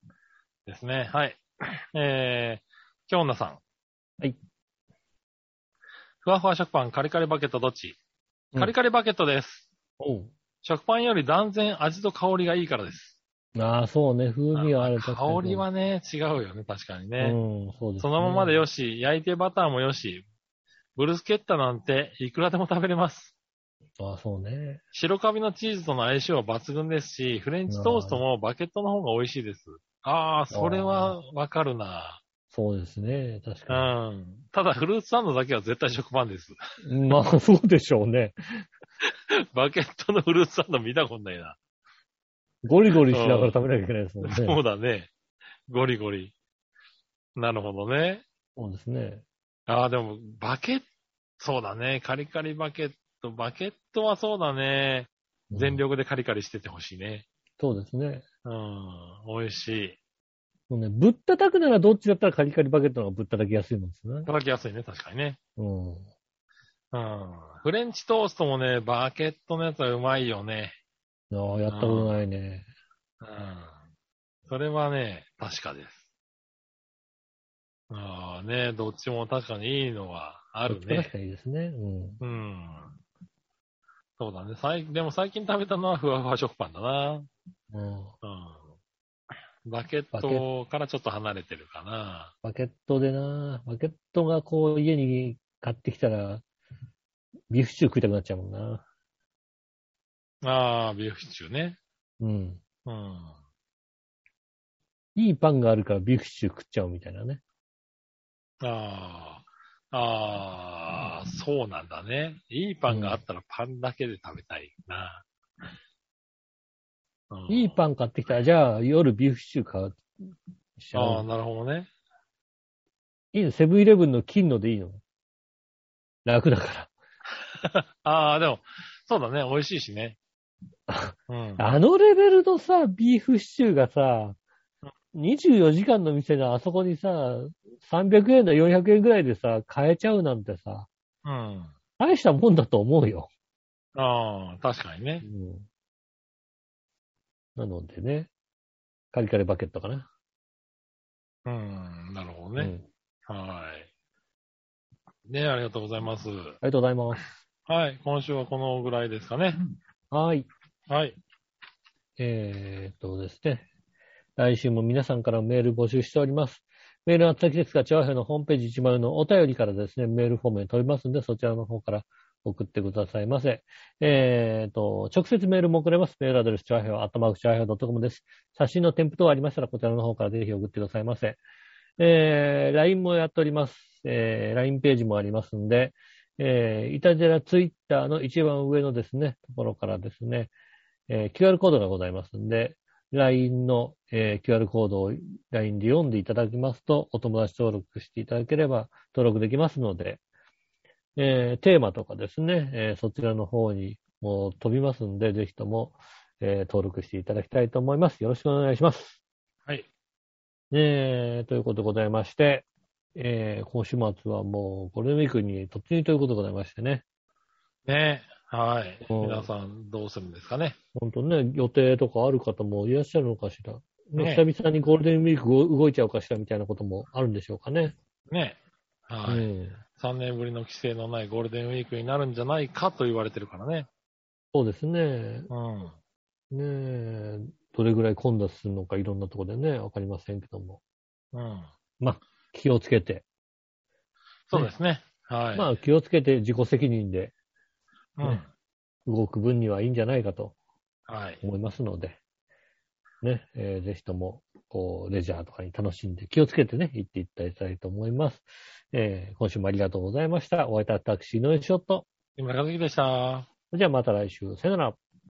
ですね。はい。京女さん。 はい。 ふわふわ食パン、カリカリバケットどっち？カリカリバケットです。食パンより断然味と香りがいいからです。 そうね。風味はある。 香りはね、違うよね、確かにね。 そうですね。 そのままでよし、焼いてバターもよし、ブルスケッタなんていくらでも食べれます。 そうね。 白カビのチーズとの相性は抜群ですし、フレンチトーストもバケットの方が美味しいです。それはわかるな。 そうですね。確かに。 ただ、フルーツサンドだけは絶対食パンです。 まあ、そうでしょうね。 バケットのフルーツサンド見たことないな。 ゴリゴリしながら食べなきゃいけないですもんね。 そうだね。ゴリゴリ。なるほどね。 そうですね。 でも、そうだね。カリカリバケット。バケットはそうだね。全力でカリカリしててほしいね。 そうですね。 美味しい。 そうね、ぶったたくならどっちだったらカリカリバケットの方がぶったたきやすいもんですね。 叩きやすいね、確かにね。フレンチトーストもね、バケットのやつはうまいよね。 やったことないね。 それはね、確かです。ね、どっちも確かにいいのはあるね。 確かにいいですね。 そうだね。でも最近食べたのはふわふわ食パンだな。バケットからちょっと離れてるかな。 バケットが家に買ってきたら、ビーフシチュー食いたくなっちゃうもんな。ビーフシチューね。 いいパンがあるからビーフシチュー食っちゃうみたいなね。 そうなんだね。いいパンがあったらパンだけで食べたいな。 いいパン買ってきたら、じゃあ夜ビーフシチュー買う。 なるほどね。 いいの？セブンイレブンの金のでいいの？楽だから。でも、そうだね。美味しいしね。 あのレベルのさ、ビーフシチューがさ、24時間の店であそこにさ、300円だ400円ぐらいでさ、買えちゃうなんてさ、大したもんだと思うよ。 確かにね。 なのでね、カリカリバケットかな。 なるほどね。はい。ね、ありがとうございます。ありがとうございます。 はい、今週はこのぐらいですかね。 はい。 はい。 ですね。来週も皆さんからメール募集しております。メールの先ですが、チャーハンのホームページ10のお便りからですね、メールフォームに飛びますんで、そちらの方から送ってくださいませ。直接メールも送れます。メールアドレス、チャーハンは@chaahayo.com です。写真の添付等ありましたら、こちらの方からぜひ送ってくださいませ。LINE もやっております。LINE ページもありますんで、イタジェラツイッターの一番上のですね、ところからですね、QR コードがございますんで、LINE の、QR コードを LINE で読んでいただきますと、お友達登録していただければ登録できますので、テーマとかですね、そちらの方にもう飛びますんで、ぜひとも、登録していただきたいと思います。よろしくお願いします。 はい。 ということでございまして、今週末はもうゴールデンウィークに突入ということでございましてね。 ねはい。皆さんどうするんですかね。 ほんとね、予定とかある方もいらっしゃるのかしら。ね、久々にゴールデンウィーク動いちゃうかしらみたいなこともあるんでしょうかね。 ね。はい。3年ぶりの規制のないゴールデンウィークになるんじゃないかと言われてるからね。 そうですね。ねえ、どれぐらい混雑するのかいろんなところでね、わかりませんけども。まあ、気をつけて。 そうですね。はい。 まあ、気をつけて自己責任で、動く分にはいいんじゃないかと思いますので、ね、ぜひとも、こう、レジャーとかに楽しんで気をつけてね、行っていただきたいと思います。今週もありがとうございました。お会いいたタクシーのショット。 今村和樹でした。 じゃあまた来週。さよなら。